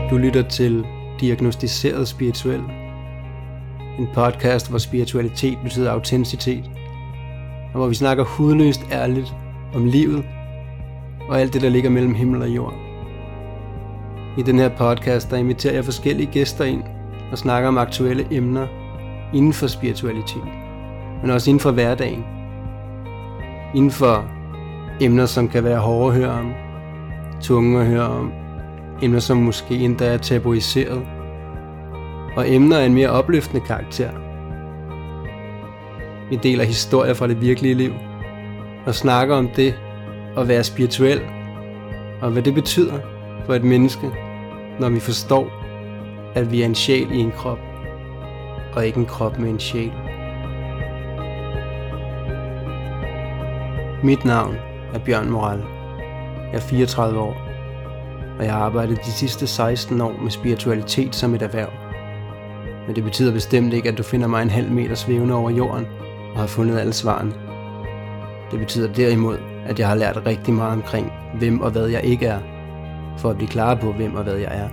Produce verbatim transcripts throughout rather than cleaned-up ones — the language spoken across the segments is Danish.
Du lytter til Diagnosticeret Spirituel. En podcast, hvor spiritualitet betyder autenticitet, og hvor vi snakker hudløst ærligt om livet og alt det, der ligger mellem himmel og jord. I den her podcast, der inviterer jeg forskellige gæster ind og snakker om aktuelle emner inden for spiritualitet, men også inden for hverdagen. Inden for emner, som kan være hårde at høre om, tunge at høre om, emner, som måske endda er tabuiseret, og emner af en mere opløftende karakter. Vi deler historier fra det virkelige liv, og snakker om det at være spirituel, og hvad det betyder for et menneske, når vi forstår, at vi er en sjæl i en krop, og ikke en krop med en sjæl. Mit navn er Bjørn Moral. Jeg er fireogtredive år, og jeg har arbejdet de sidste seksten år med spiritualitet som et erhverv. Men det betyder bestemt ikke, at du finder mig en halv meter svævende over jorden og har fundet alle svarene. Det betyder derimod, at jeg har lært rigtig meget omkring, hvem og hvad jeg ikke er, for at blive klar på, hvem og hvad jeg er.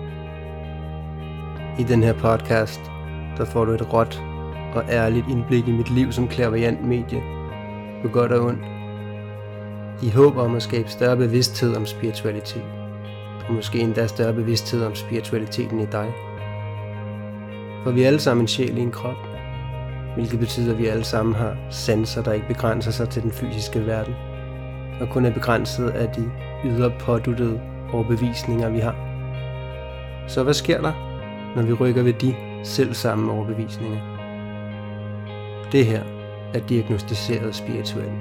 I den her podcast, der får du et råt og ærligt indblik i mit liv som clairvoyant medie, på godt og ondt. I håb om at skabe større bevidsthed om spiritualitet, og måske endda større bevidsthed om spiritualiteten i dig. For vi er alle sammen en sjæl i en krop, hvilket betyder, at vi alle sammen har sanser, der ikke begrænser sig til den fysiske verden, og kun er begrænset af de ydre påduttede overbevisninger, vi har. Så hvad sker der, når vi rykker ved de selv samme overbevisninger? Det her er diagnosticeret spirituelt.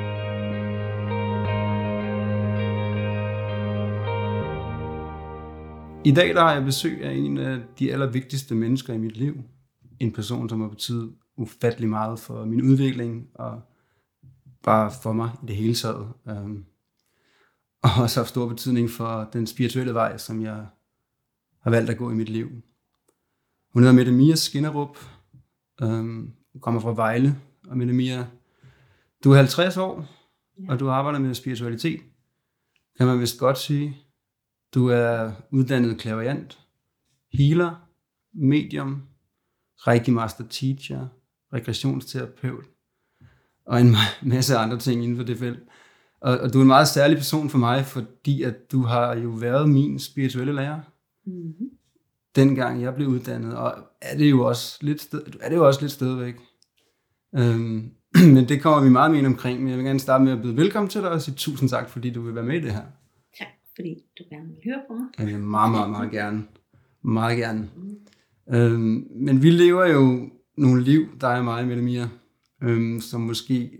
I dag der har jeg besøg af en af de allervigtigste mennesker i mit liv. En person, som har betydet ufattelig meget for min udvikling og bare for mig i det hele taget. Um, og også har stor betydning for den spirituelle vej, som jeg har valgt at gå i mit liv. Hun hedder Mette Mia Skinnerup. Um, hun kommer fra Vejle. Og Mette Mia, du er halvtreds år, ja. Og du arbejder med spiritualitet, kan man vist godt sige. Du er uddannet clairvoyant, healer, medium, Reiki Master Teacher, regressionsterapeut og en masse andre ting inden for det felt. Og, og du er en meget særlig person for mig, fordi at du har jo været min spirituelle lærer, mm-hmm. dengang jeg blev uddannet, og er det jo også lidt, sted, er det jo også lidt stadigvæk. Øhm, men det kommer vi meget mere omkring, men jeg vil gerne starte med at byde velkommen til dig og sige tusind tak, fordi du vil være med i det her. Fordi du gerne vil høre på mig. Jeg vil meget, meget, meget gerne. Meget gerne. Mm. Øhm, men vi lever jo nogle liv, dig og mig, Mette Mia, øhm, som måske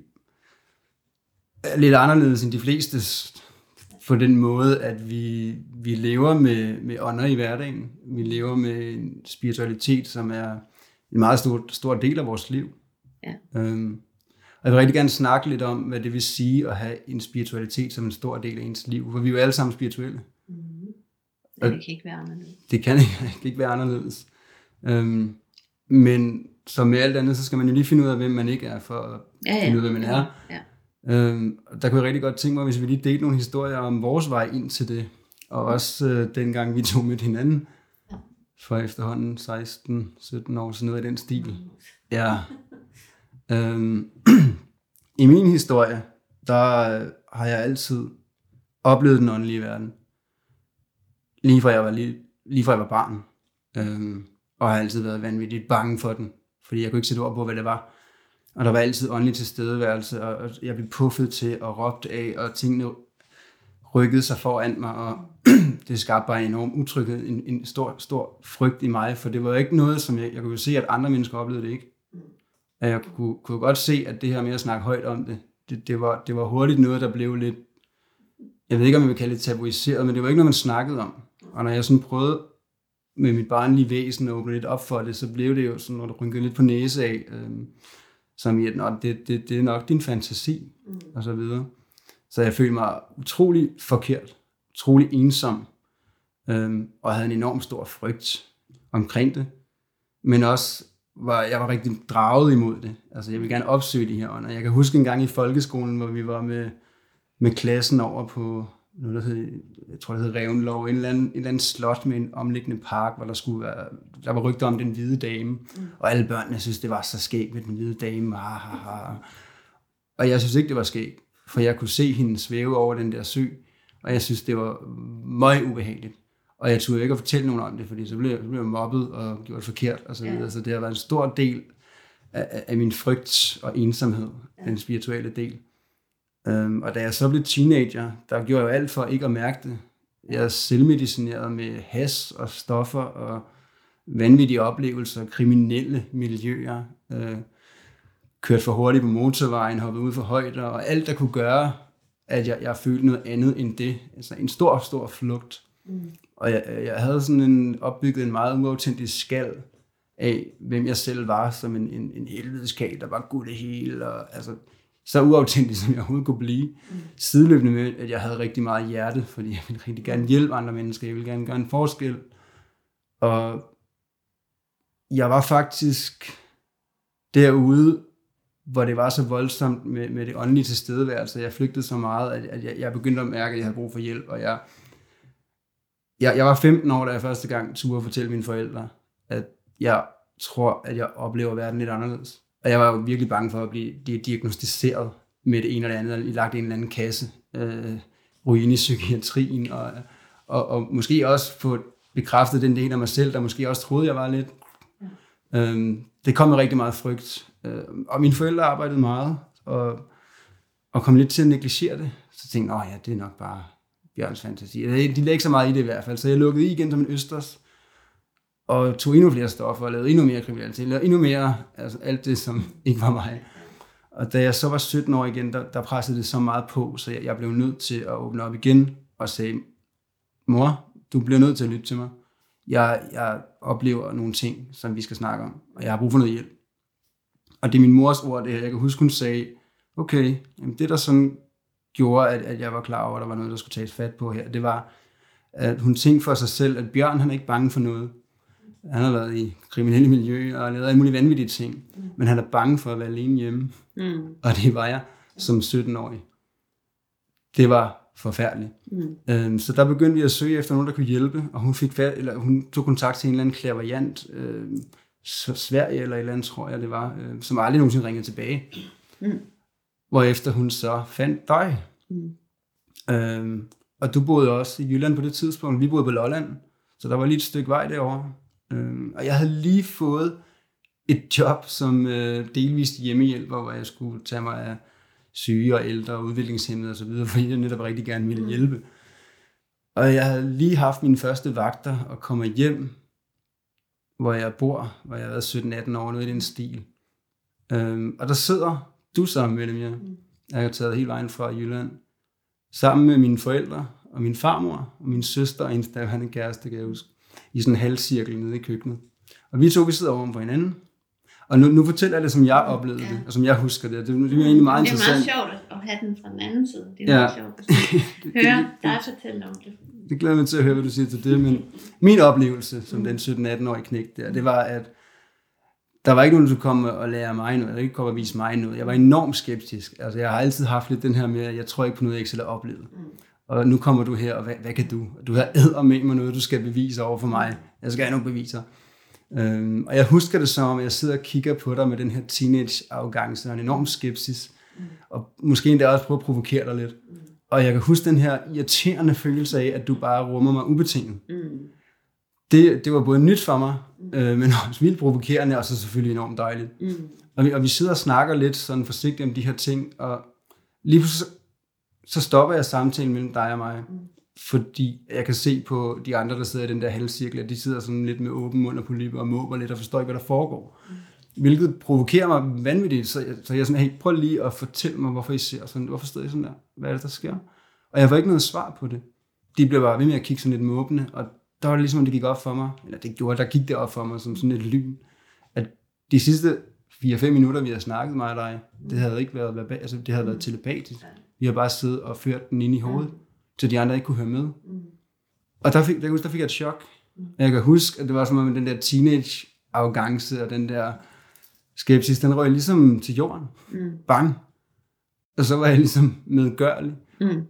er lidt anderledes end de fleste, på den måde, at vi, vi lever med, med ånder i hverdagen. Vi lever med en spiritualitet, som er en meget stor, stor del af vores liv. Ja. Øhm, Og jeg vil rigtig gerne snakke lidt om, hvad det vil sige at have en spiritualitet som en stor del af ens liv. For vi er jo alle sammen spirituelle. Mm-hmm. Det kan ikke være anderledes. Det kan ikke, ikke være anderledes. Øhm, men som med alt andet, så skal man jo lige finde ud af, hvem man ikke er, for at ja, ja. finde ud af, hvem man er. Ja. Øhm, der kunne jeg rigtig godt tænke mig, hvis vi lige delte nogle historier om vores vej ind til det. Og også øh, dengang vi to mødte hinanden. Ja. For efterhånden seksten sytten år, så noget af den stil. Ja. Øhm, I min historie, der har jeg altid oplevet den åndelige verden. Lige fra jeg var, lige, lige fra jeg var barn. Øhm, og har altid været vanvittigt bange for den. Fordi jeg kunne ikke sætte ord på, hvad det var. Og der var altid åndelig tilstedeværelse, og jeg blev puffet til og råbt af, og tingene rykkede sig foran mig, og det skabte bare en enorm utryghed, en, en stor, stor frygt i mig, for det var ikke noget, som jeg, jeg kunne se, at andre mennesker oplevede det ikke. Jeg kunne, kunne godt se, at det her med at snakke højt om det, det, det, var, det var hurtigt noget, der blev lidt, jeg ved ikke, om jeg vil kalde det tabuiseret, men det var ikke noget, man snakkede om. Og når jeg sådan prøvede med mit barnlige væsen at åbne lidt op for det, så blev det jo sådan, når du rynkede lidt på næse af, øhm, som i, at det, det, det er nok din fantasi, mm. og så videre. Så jeg følte mig utrolig forkert, utrolig ensom, øhm, og havde en enorm stor frygt omkring det, men også var, jeg var rigtig draget imod det. Altså, jeg vil gerne opsøge de her ånder. Jeg kan huske en gang i folkeskolen, hvor vi var med, med klassen over på, noget, der hed, jeg tror, det hed Revnlov, en eller anden, en eller anden slot med en omliggende park, hvor der skulle være, der var rygter om den hvide dame, mm. og alle børnene synes, det var så skægt med den hvide dame, ah, ah, ah. Og jeg synes ikke, det var skægt, for jeg kunne se hende svæve over den der sø, og jeg synes, det var meget ubehageligt. Og jeg turde ikke at fortælle nogen om det, fordi så blev jeg, så blev jeg mobbet og gjort forkert, og så videre. Ja. Så det har været en stor del af, af min frygt og ensomhed, ja. Den spirituelle del. Um, og da jeg så blev teenager, der gjorde jeg jo alt for ikke at mærke det. Jeg selvmedicinerede med hash og stoffer og vanvittige oplevelser, kriminelle miljøer, uh, kørte for hurtigt på motorvejen, hoppede ud for højder, og alt der kunne gøre, at jeg, jeg følte noget andet end det. Altså en stor, stor flugt. Mm. Og jeg, jeg havde sådan en opbygget en meget uautentisk skal af, hvem jeg selv var, som en, en, en helvedeskal, der var god det hele, og altså så uautentisk, som jeg overhovedet kunne blive. Mm. Sideløbende med, at jeg havde rigtig meget hjerte, fordi jeg ville rigtig gerne hjælpe andre mennesker, jeg ville gerne gøre en forskel. Og jeg var faktisk derude, hvor det var så voldsomt med, med det åndelige tilstedeværelse. Jeg flygtede så meget, at, at jeg, jeg begyndte at mærke, at jeg havde brug for hjælp, og jeg Jeg, jeg var femten år, da jeg første gang turde fortælle mine forældre, at jeg tror, at jeg oplever verden lidt anderledes. Og jeg var jo virkelig bange for at blive diagnostiseret med det ene eller det andet, eller lagt i en eller anden kasse, øh, ruin i psykiatrien, og, og, og måske også få bekræftet den del af mig selv, der måske også troede, jeg var lidt. Ja. Øhm, det kom med rigtig meget frygt. Øh, og mine forældre arbejdede meget, og, og kom lidt til at negligere det. Så tænkte jeg, åh ja, det er nok bare Bjørns fantasi. De lagde ikke så meget i det i hvert fald, så jeg lukkede i igen som en østers, og tog endnu flere stoffer, og lavede endnu mere kriminalitet, lavede endnu mere, altså alt det, som ikke var mig. Og da jeg så var sytten år igen, der, der pressede det så meget på, så jeg, jeg blev nødt til at åbne op igen, og sige, mor, du bliver nødt til at lytte til mig. Jeg, jeg oplever nogle ting, som vi skal snakke om, og jeg har brug for noget hjælp. Og det er min mors ord, det her. Jeg kan huske, hun sagde, okay, jamen det der sådan gjorde, at, at jeg var klar over, at der var noget, der skulle tages fat på her, det var, at hun tænkte for sig selv, at Bjørn, han er ikke bange for noget. Han har været i kriminelle miljøer og lavet alle mulige vanvittige ting, mm. men han er bange for at være alene hjemme. Mm. Og det var jeg som sytten-årig. Det var forfærdeligt. Mm. Øhm, så der begyndte vi at søge efter nogen, der kunne hjælpe, og hun fik fat, eller hun tog kontakt til en eller anden clairvoyant, øh, Sverige eller et eller andet, tror jeg det var, øh, som aldrig nogensinde ringede tilbage. Mm. Hvorefter hun så fandt dig. Mm. Øhm, og du boede også i Jylland på det tidspunkt. Vi boede på Lolland, så der var lige et stykke vej derovre. Øhm, og jeg havde lige fået et job som øh, delvist hjemmehjælper, hvor jeg skulle tage mig af syge og ældre og udviklingshæmmede osv., fordi jeg netop rigtig gerne ville hjælpe. Og jeg havde lige haft mine første vagter og kommer hjem, hvor jeg bor, hvor jeg har været sytten atten år, noget i den stil. Øhm, og der sidder du sammen med dem, ja. Jeg har taget hele vejen fra Jylland, sammen med mine forældre og min farmor og min søster og hendes daværende kæreste, kan jeg huske, i sådan en halvcirkel nede i køkkenet. Og vi to, vi sidder over for hinanden. Og nu, nu fortæller jeg det, som jeg oplevede ja. det, og som jeg husker det. Det, det er egentlig meget interessant. Det er meget sjovt at have den fra den anden side. Det er ja. meget sjovt at høre dig fortælle om det. Det glæder mig til at høre, hvad du siger til det. Men min oplevelse som den sytten atten-årige knægt der, det var, at der var ikke nogen, der kunne komme og lære mig noget, eller ikke komme og vise mig noget. Jeg var enormt skeptisk. Altså, jeg har altid haft lidt den her med, at jeg tror ikke på noget, jeg ikke selv har oplevet. Mm. Og nu kommer du her, og hvad, hvad kan du? Du har æder med mig noget, du skal bevise over for mig. Jeg skal have nogle beviser. Øhm, og jeg husker det som, at jeg sidder og kigger på dig med den her teenage-arrogance og en enorm skepsis. Mm. Og måske endda også prøve at provokere dig lidt. Mm. Og jeg kan huske den her irriterende følelse af, at du bare rummer mig ubetinget. Mm. Det, det var både nyt for mig, mm. øh, men også vildt provokerende, og så selvfølgelig enormt dejligt. Mm. Og, vi, og vi sidder og snakker lidt sådan forsigtigt om de her ting, og lige pludselig så stopper jeg samtalen mellem dig og mig, mm. fordi jeg kan se på de andre, der sidder i den der halvcirkel, at de sidder sådan lidt med åben mund og polypper og måber lidt og forstår ikke, hvad der foregår. Mm. Hvilket provokerer mig vanvittigt, så jeg, så jeg sådan, hey, prøv lige at fortælle mig, hvorfor I ser sådan, hvorfor stod I sådan der? Hvad er det, der sker? Og jeg får ikke noget svar på det. De blev bare ved med at kigge sådan lidt måbende, og der var det ligesom, at det gik op for mig, eller det gjorde, der gik det op for mig som sådan et lyn, at de sidste fire fem minutter, vi havde snakket mig og dig, det havde ikke været verbal, altså det havde været telepatisk. Vi har bare siddet og ført den ind i hovedet, så de andre ikke kunne høre med. Og der fik, der, der fik jeg et chok. Jeg kan huske, at det var som om den der teenage-arrogance og den der skepsis, den røg ligesom til jorden. Bang. Og så var jeg ligesom medgørlig.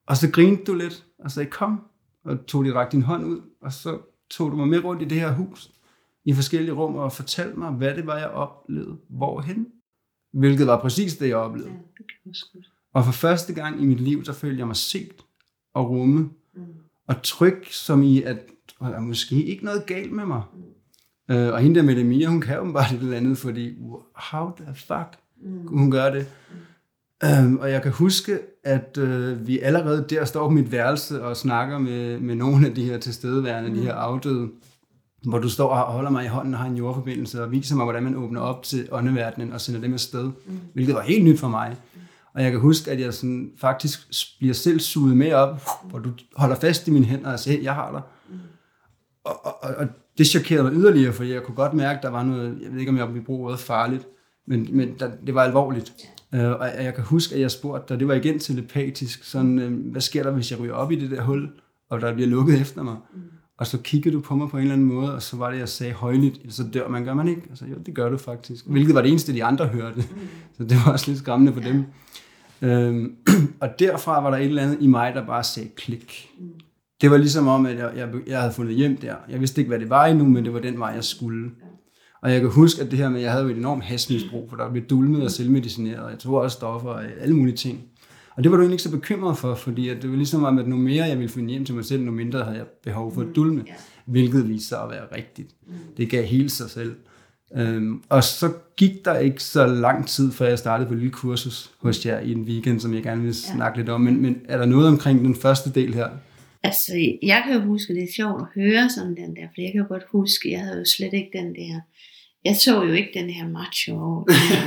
Og så grinede du lidt, og sagde, kom, og tog de rakt din hånd ud, og så tog du mig med rundt i det her hus, i forskellige rum, og fortalte mig, hvad det var, jeg oplevede, hvorhen. Hvilket var præcis det, jeg oplevede. Ja, det kan jeg huske. Og for første gang i mit liv, så følte jeg mig set og rummet, mm. og tryg, som i, at der er måske ikke noget galt med mig. Mm. Uh, og hende der med det Mia, hun kan jo bare det eller andet, fordi, how the fuck mm. kunne hun gøre det? Mm. Um, og jeg kan huske, at uh, vi allerede der står på mit værelse og snakker med, med nogle af de her tilstedeværende, mm. de her afdøde, hvor du står og holder mig i hånden og har en jordforbindelse og viser mig, hvordan man åbner op til åndeverdenen og sender dem afsted, mm. hvilket var helt nyt for mig. Mm. Og jeg kan huske, at jeg sådan faktisk bliver selv suget med op, hvor du holder fast i mine hænder og siger, hey, jeg har dig. Mm. Og, og, og det chokerede mig yderligere, for jeg kunne godt mærke, at der var noget, jeg ved ikke, om jeg ville bruge ordet farligt, men, men der, det var alvorligt. Uh, og jeg kan huske, at jeg spurgte dig, det var igen telepatisk, sådan, uh, hvad sker der, hvis jeg ryger op i det der hul, og der bliver lukket efter mig? Mm. Og så kiggede du på mig på en eller anden måde, og så var det, jeg sagde højligt, så dør man, gør man ikke? Altså, jo, det gør du faktisk. Hvilket var det eneste, de andre hørte. Mm. Så det var også lidt skræmmende for dem. Øhm, og derfra var der et eller andet i mig, der bare sagde klik. Mm. Det var ligesom om, at jeg, jeg, jeg havde fundet hjem der. Jeg vidste ikke, hvad det var endnu, men det var den vej, jeg skulle. Og jeg kan huske, at det her med, at jeg havde jo et enormt hashmisbrug, for der blev dulmet og selvmedicineret, og jeg tog også stoffer og alle mulige ting. Og det var du egentlig ikke så bekymret for, fordi at det var ligesom om, at nu mere jeg ville finde hjem til mig selv, nu mindre havde jeg behov for at dulme, hvilket viste sig at være rigtigt. Det gav hele sig selv. Øhm, og så gik der ikke så lang tid, før jeg startede på et lille kursus hos jer i en weekend, som jeg gerne vil snakke ja. lidt om. Men, men er der noget omkring den første del her? Altså, jeg kan jo huske, det er sjovt at høre sådan den der, for jeg kan jo godt huske, jeg havde jo slet ikke den der, jeg så jo ikke den her macho.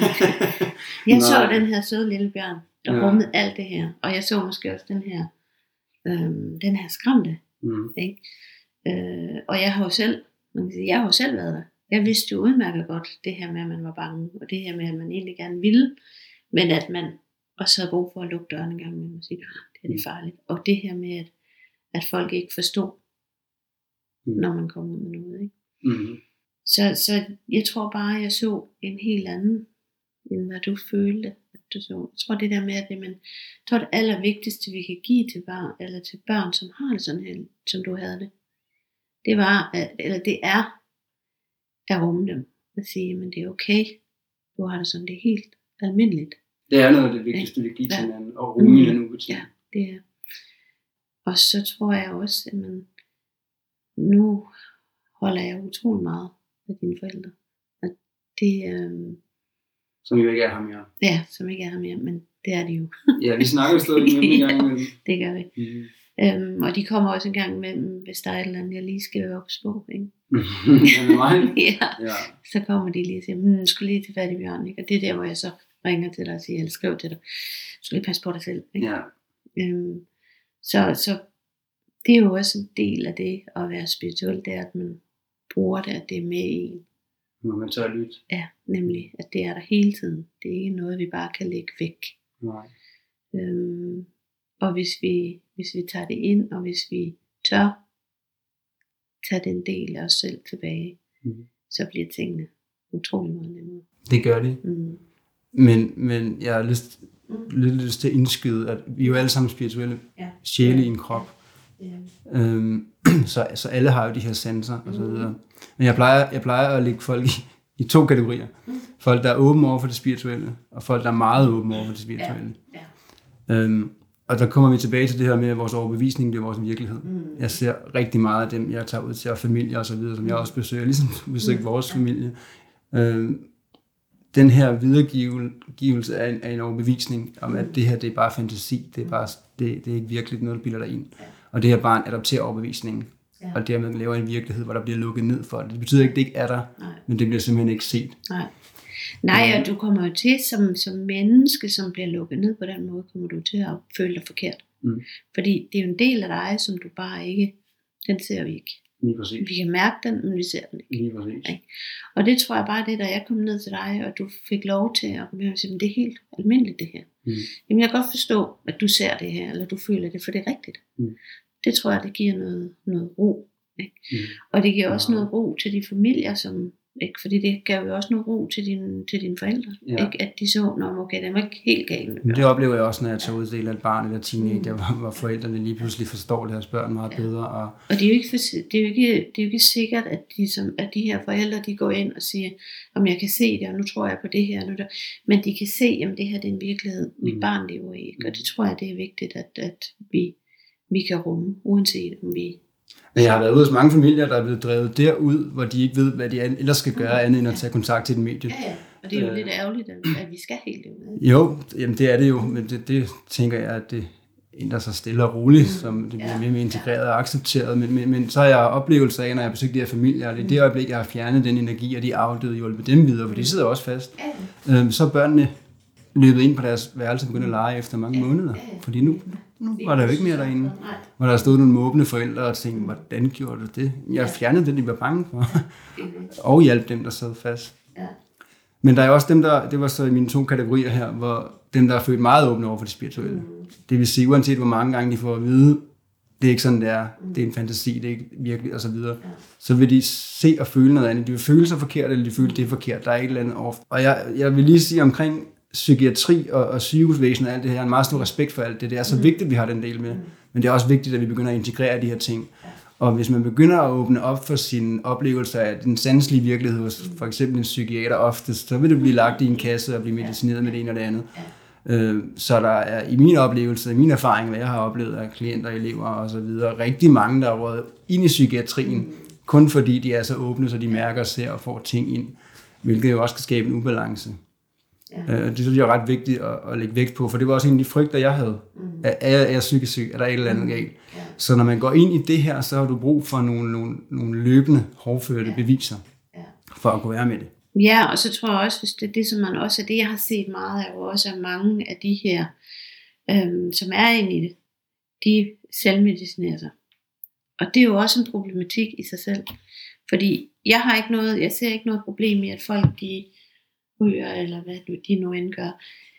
Jeg så den her søde lille bjørn, der ja. rummede alt det her, og jeg så måske også den her, øhm, den her skræmte, mm. ikke? Øh, og jeg har jo selv, man kan sige, jeg har jo selv været der. Jeg vidste jo udmærket godt det her med, at man var bange, og det her med, at man egentlig gerne ville, men at man også havde brug for at lukke døren en gang med og sige, det er det farligt. Og det her med, at, at folk ikke forstod, mm. når man kommer med noget. Ikke? Mm. Så, så jeg tror bare, at jeg så en helt anden, end hvad du følte, at du så. Jeg tror det der med, at det, men, jeg tror det allervigtigste, vi kan give til børn, eller til børn, som har det sådan her, som du havde det, det var, at, eller det er, at rumme dem, og sige, men det er okay, du har det sådan, det er helt almindeligt. Det er noget af det vigtigste, vi giver til hinanden, og rumme hinanden ud til. Ja, det er. Og så tror jeg også, at man, nu holder jeg utrolig meget af dine forældre. Og det, øhm, som jo ikke er her mere. Ja, som ikke er her mere, men det er det jo. Ja, vi snakker jo stadig med dem en gang imellem. Det gør vi. Mm. Øhm, og de kommer også en gang imellem, hvis der er et eller andet, jeg lige skal være ops på, ikke? ja. ja, så kommer de lige og siger, hmm, skal lige til fat i Bjørn, ikke? Og det er der, hvor jeg så ringer til dig og siger, eller skriver til dig, du skal lige passe på dig selv, ikke? Ja. Øhm, så, så det er jo også en del af det at være spirituel, det er, at man bruger det, at det er med i en. Når man tør at lytte. Ja, nemlig, at det er der hele tiden. Det er ikke noget, vi bare kan lægge væk. Nej. Øhm, og hvis vi, hvis vi tager det ind, og hvis vi tør tage den del af os selv tilbage, mm. så bliver tingene utrolig meget nemmere. Det gør det. Mm. Men, men jeg har lyst, mm. lidt lyst til at indskyde, at vi er jo alle sammen spirituelle ja. sjæle ja. i en krop. Ja. Øhm, så, så alle har jo de her sanser og så videre. Men jeg plejer, jeg plejer at lægge folk i, i to kategorier. Mm. Folk, der er åbne over for det spirituelle, og folk, der er meget åbne over for det spirituelle. Ja. Ja. Øhm, Og der kommer vi tilbage til det her med, at vores overbevisning bliver vores virkelighed. Mm. Jeg ser rigtig meget af dem, jeg tager ud til, og familier og så videre, som jeg også besøger, ligesom besøger mm. vores familie. Øh, den her videregivelse af en, af en overbevisning om, at det her, det er bare fantasi, det er, bare, det, det er ikke virkelig noget, der bilder dig ind. Og det her barn adopterer overbevisningen, ja. og dermed laver en virkelighed, hvor der bliver lukket ned for det. Det betyder ikke, at det ikke er der, Nej. men det bliver simpelthen ikke set. Nej. Nej, og du kommer jo til, som, som menneske, som bliver lukket ned på den måde, kommer du til at føle dig forkert. Mm. Fordi det er jo en del af dig, som du bare ikke, den ser vi ikke. Lige præcis. Vi kan mærke den, men vi ser den ikke. Lige præcis. Okay? Og det tror jeg bare, det da jeg kom ned til dig, og du fik lov til at komme her og sige, det er helt almindeligt det her. Mm. Jamen jeg kan godt forstå, at du ser det her, eller du føler det, for det er rigtigt. Mm. Det tror jeg, det giver noget, noget ro. Ikke? Mm. Og det giver også ja. noget ro til de familier, som Ikke? Fordi det gav jo også noget ro til dine, til dine forældre. Ja. Ikke? At de så, når okay, det var ikke helt galt. Men det oplever jeg også, når jeg tager ud af et barn eller teenager, mm. hvor forældrene lige pludselig forstår deres børn meget ja. bedre. Og, og det er jo ikke, for, det er jo ikke, det er jo ikke sikkert, at de, som, at de her forældre, de går ind og siger, om jeg kan se det, og nu tror jeg på det her. Nu der. Men de kan se, at det her det er en virkelighed, mit mm. barn lever i. Ikke? Og det tror jeg, det er vigtigt, at, at vi, vi kan rumme, uanset om vi... Men jeg har været ude hos mange familier, der er blevet drevet derud, hvor de ikke ved, hvad de ellers skal gøre, andet end at tage kontakt til et medie. Ja, ja. Og det er jo øh, lidt ærgerligt, at vi skal helt derud. Jo, jamen det er det jo, men det, det tænker jeg, at det ændrer sig stille og roligt, mm. som det bliver ja. mere og mere integreret og accepteret. Men, men, men så har jeg oplevelser af, når jeg har besøgt de her familier, og det er det øjeblik, jeg har fjernet den energi, og de afdøde hjulpet dem videre, for de sidder også fast. Ja. Øhm, så er børnene løbet ind på deres værelse og begyndt at lege efter mange ja. måneder, fordi nu... Nu var der jo ikke mere derinde, hvor der stod nogle måbende forældre og tænkte, hvordan gjorde du det? Jeg fjernede det, de var bange for, og hjalp dem, der sad fast. Men der er også dem, der, det var så i mine to kategorier her, hvor dem, der er født meget åbne over for det spirituelle. Det vil sige, uanset hvor mange gange de får at vide, det er ikke sådan, det er, det er en fantasi, det er ikke virkelig, og så videre. Så vil de se og føle noget andet. De vil føle sig forkert, eller de føler, det er forkert. Der er et eller andet off. Og jeg, jeg vil lige sige omkring psykiatri og, og sygehusvæsen og alt det her, en meget stor respekt for alt det. Det er så mm. vigtigt, at vi har den del med. Men det er også vigtigt, at vi begynder at integrere de her ting. Og hvis man begynder at åbne op for sine oplevelser af den sanselige virkelighed hos for eksempel en psykiater oftest, så vil det blive lagt i en kasse og blive medicineret med det ene og det andet. Øh, så der er i min oplevelse, i min erfaring, hvad jeg har oplevet af klienter, elever og så videre, rigtig mange, der er rådet ind i psykiatrien, kun fordi de er så åbne, så de mærker og ser og får ting ind, hvilket jo også kan skabe en ubalance. Ja. Det synes jeg er ret vigtigt at, at lægge vægt på, for det var også en af de frygter, jeg havde. Mm. Er, er jeg psykisk syg? Er der et eller andet galt? Ja. Så når man går ind i det her, så har du brug for nogle, nogle, nogle løbende, hårdførte ja. beviser, ja. for at kunne være med det. Ja, og så tror jeg også, hvis det er det, som man også er det, jeg har set meget af, også af mange af de her, øhm, som er inde i det, de selvmedicinerer sig. Og det er jo også en problematik i sig selv. Fordi jeg har ikke noget, jeg ser ikke noget problem i, at folk de ryger, eller hvad de nu end gør.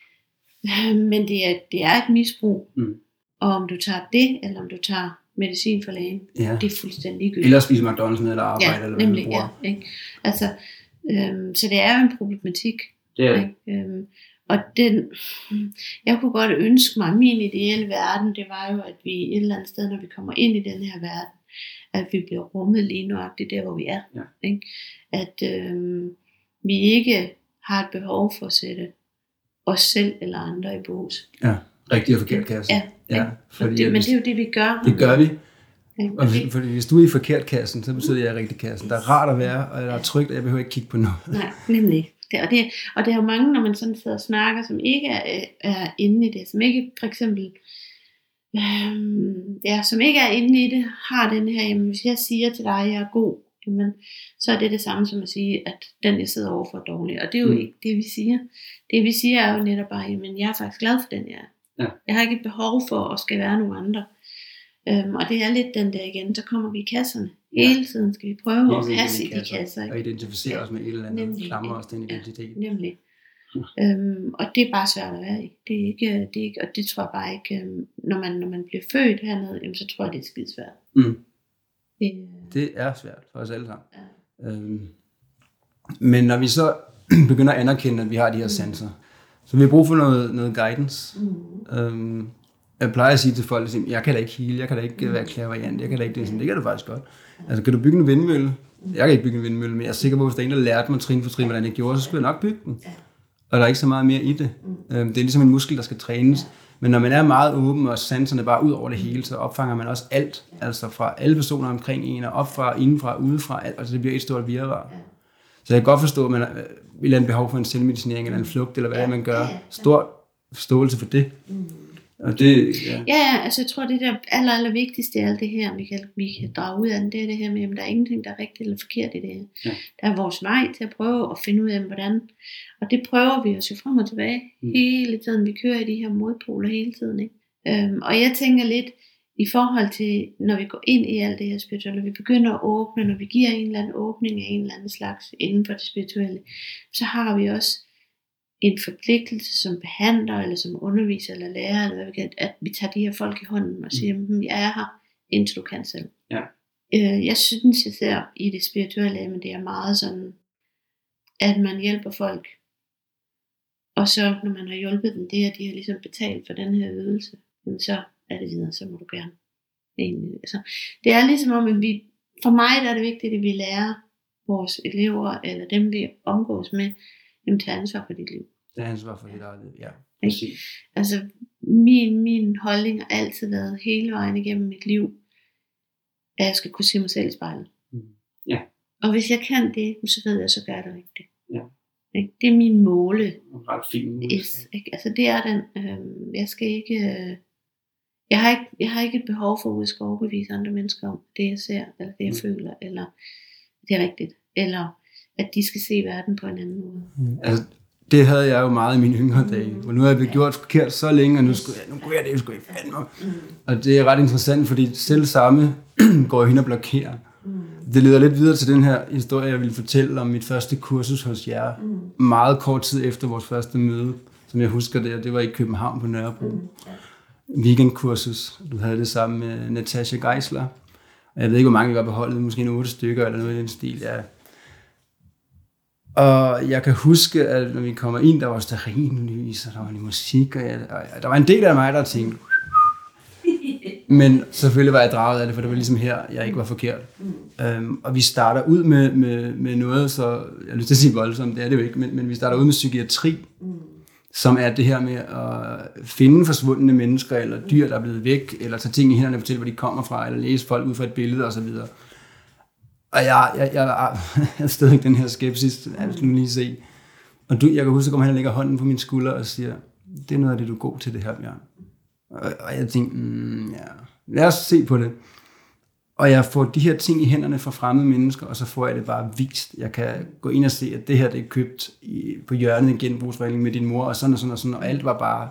Men det er, det er et misbrug. Mm. Og om du tager det, eller om du tager medicin for lægen, ja. det er fuldstændig ligegyldigt. Eller spise McDonald's med, eller arbejde, ja, eller hvad nemlig, ja, ikke? Altså, øhm, så det er jo en problematik. Det er det. Øhm, og den, jeg kunne godt ønske mig, min ideelle verden, det var jo, at vi et eller andet sted, når vi kommer ind i den her verden, at vi bliver rummet lige nøjagtigt der, hvor vi er. Ja. Ikke? At øhm, vi ikke har et behov for at sætte os selv eller andre i bås. Ja, rigtig og forkert kassen. Ja, ja, fordi det, men det er jo det, vi gør. Det gør vi. Og hvis, fordi hvis du er i forkert kassen, så betyder det, at jeg er rigtig kassen. Der er rart at være, og der er trygt, og jeg behøver ikke kigge på noget. Nej, nemlig. Det, og, det, og det er jo mange, når man sådan sidder og snakker, som ikke er, er inde i det, som ikke for eksempel, øhm, ja, som ikke er inde i det, har den her, jamen hvis jeg siger til dig, at jeg er god, jamen, så er det det samme som at sige, at den jeg sidder overfor er dårlig. Og det er jo mm. ikke det, vi siger. Det vi siger er jo netop bare, men jeg er faktisk glad for den, jeg er. Ja. Jeg har ikke et behov for at skal være nogen andre. Øhm, og det er lidt den der igen, så kommer vi i kasserne. Ja. Hele tiden skal vi prøve Hele at passe i de kasser. Og identificere os med et eller andet, klamre os den identitet. Ja, nemlig. Ja. Øhm, og det er bare svært at være i. Det er ikke, det er ikke, og det tror jeg bare ikke, øhm, når, man, når man bliver født hernede, jamen, så tror jeg, det er skide svært. Mm. Det, det er svært for os alle sammen. Ja. Øhm, men når vi så begynder at anerkende, at vi har de her sanser, så vi har brug for noget, noget guidance. Mm. Øhm, jeg plejer at sige til folk, at jeg kan da ikke heal, jeg kan da ikke være clairvoyant, jeg kan da ikke det. Sådan, det kan du faktisk godt. Altså, kan du bygge en vindmølle? Jeg kan ikke bygge en vindmølle, men jeg er sikker på, at hvis der er en, der lærte mig trin for trin, hvordan jeg gjorde, så skulle jeg nok bygge den. Og der er ikke så meget mere i det. Øhm, det er ligesom en muskel, der skal trænes. Men når man er meget åben, og sanserne bare ud over det hele, så opfanger man også alt. Altså fra alle personer omkring en, og op fra, indenfra, udefra, alt. Altså det bliver et stort virvar. Så jeg kan godt forstå, at man har et eller andet behov for en selvmedicinering, eller en flugt, eller hvad det man gør. Stor forståelse for det. Og det, ja. ja, altså jeg tror, det der aller, aller vigtigste af alt det her, vi kan, vi kan drage ud af den, det er det her med, at der er ingenting, der er rigtigt eller forkert i det her. Ja. Der er vores vej til at prøve at finde ud af, hvordan. Og det prøver vi os jo frem og tilbage mm. hele tiden. Vi kører i de her modpoler hele tiden. Ikke? Øhm, og jeg tænker lidt, i forhold til, når vi går ind i alt det her spirituelle, når vi begynder at åbne, når vi giver en eller anden åbning af en eller anden slags inden for det spirituelle, så har vi også en forpligtelse som behandler, eller som underviser, eller lærer, eller hvad vi kan, at vi tager de her folk i hånden og siger, mm. jeg er her, indtil du kan selv. Ja. Øh, jeg synes, jeg ser i det spirituelle, men det er meget sådan at man hjælper folk, og så når man har hjulpet dem, det er, at de har ligesom betalt for den her ydelse, jamen så er det videre, så må du gerne. Egentlig. Altså, det er ligesom om, at vi, for mig der er det vigtigt, at vi lærer vores elever, eller dem vi omgås med, dem tager ansvar for dit liv. Det er ansvar for dit eget liv, ja. Præcis. Altså, min, min holdning har altid været hele vejen igennem mit liv, at jeg skal kunne se mig selv i spejlet. Mm. Ja. Og hvis jeg kan det, så ved jeg, så gør jeg det rigtigt. Ja. Det er min måle. Ret fint. Yes, altså det er den, øh, jeg skal ikke, øh, jeg har ikke, jeg har ikke et behov for at skulle overbevise andre mennesker om det jeg ser, eller det jeg mm. føler, eller det er rigtigt, eller at de skal se verden på en anden måde. Mm. Altså, det havde jeg jo meget i mine yngre dage, hvor nu har jeg blevet ja. gjort forkert så længe, og nu skulle jeg, nu kunne jeg det, skulle jeg fandme. Mm. Og det er ret interessant, fordi selv samme går jeg hen og blokerer. Mm. Det leder lidt videre til den her historie, jeg ville fortælle om mit første kursus hos jer. Mm. Meget kort tid efter vores første møde, som jeg husker det, det var i København på Nørrebro. Mm. Ja. Weekendkursus. Du havde det sammen med Natasha Geisler. Og jeg ved ikke, hvor mange vi var på holdet, måske en otte stykker eller noget i den stil. Ja. Og jeg kan huske, at når vi kommer ind, der var stearinlys, og der var lidt musik, og, jeg, og der var en del af mig, der tænkte, men selvfølgelig var jeg draget af det, for det var ligesom her, jeg ikke var forkert. Mm. Øhm, og vi starter ud med, med, med noget, så jeg har lyst til at sige voldsomt, det er det jo ikke, men, men vi starter ud med psykiatri, mm. som er det her med at finde forsvundne mennesker, eller dyr, der er blevet væk, eller tage ting i hænderne og fortælle, hvor de kommer fra, eller læse folk ud fra et billede osv. Og jeg, jeg, jeg, jeg er stadig den her skepsis, jeg skal nu lige se. Og du, jeg kan huske, at han lægger hånden på min skulder og siger, det er noget af det, du er god til det her, Bjørn. Og, og jeg tænkte, mm, ja, lad os se på det. Og jeg får de her ting i hænderne fra fremmede mennesker, og så får jeg det bare vist. Jeg kan gå ind og se, at det her det er købt i, på hjørnet i en genbrugsforretning med din mor, og sådan og sådan og sådan, og alt var bare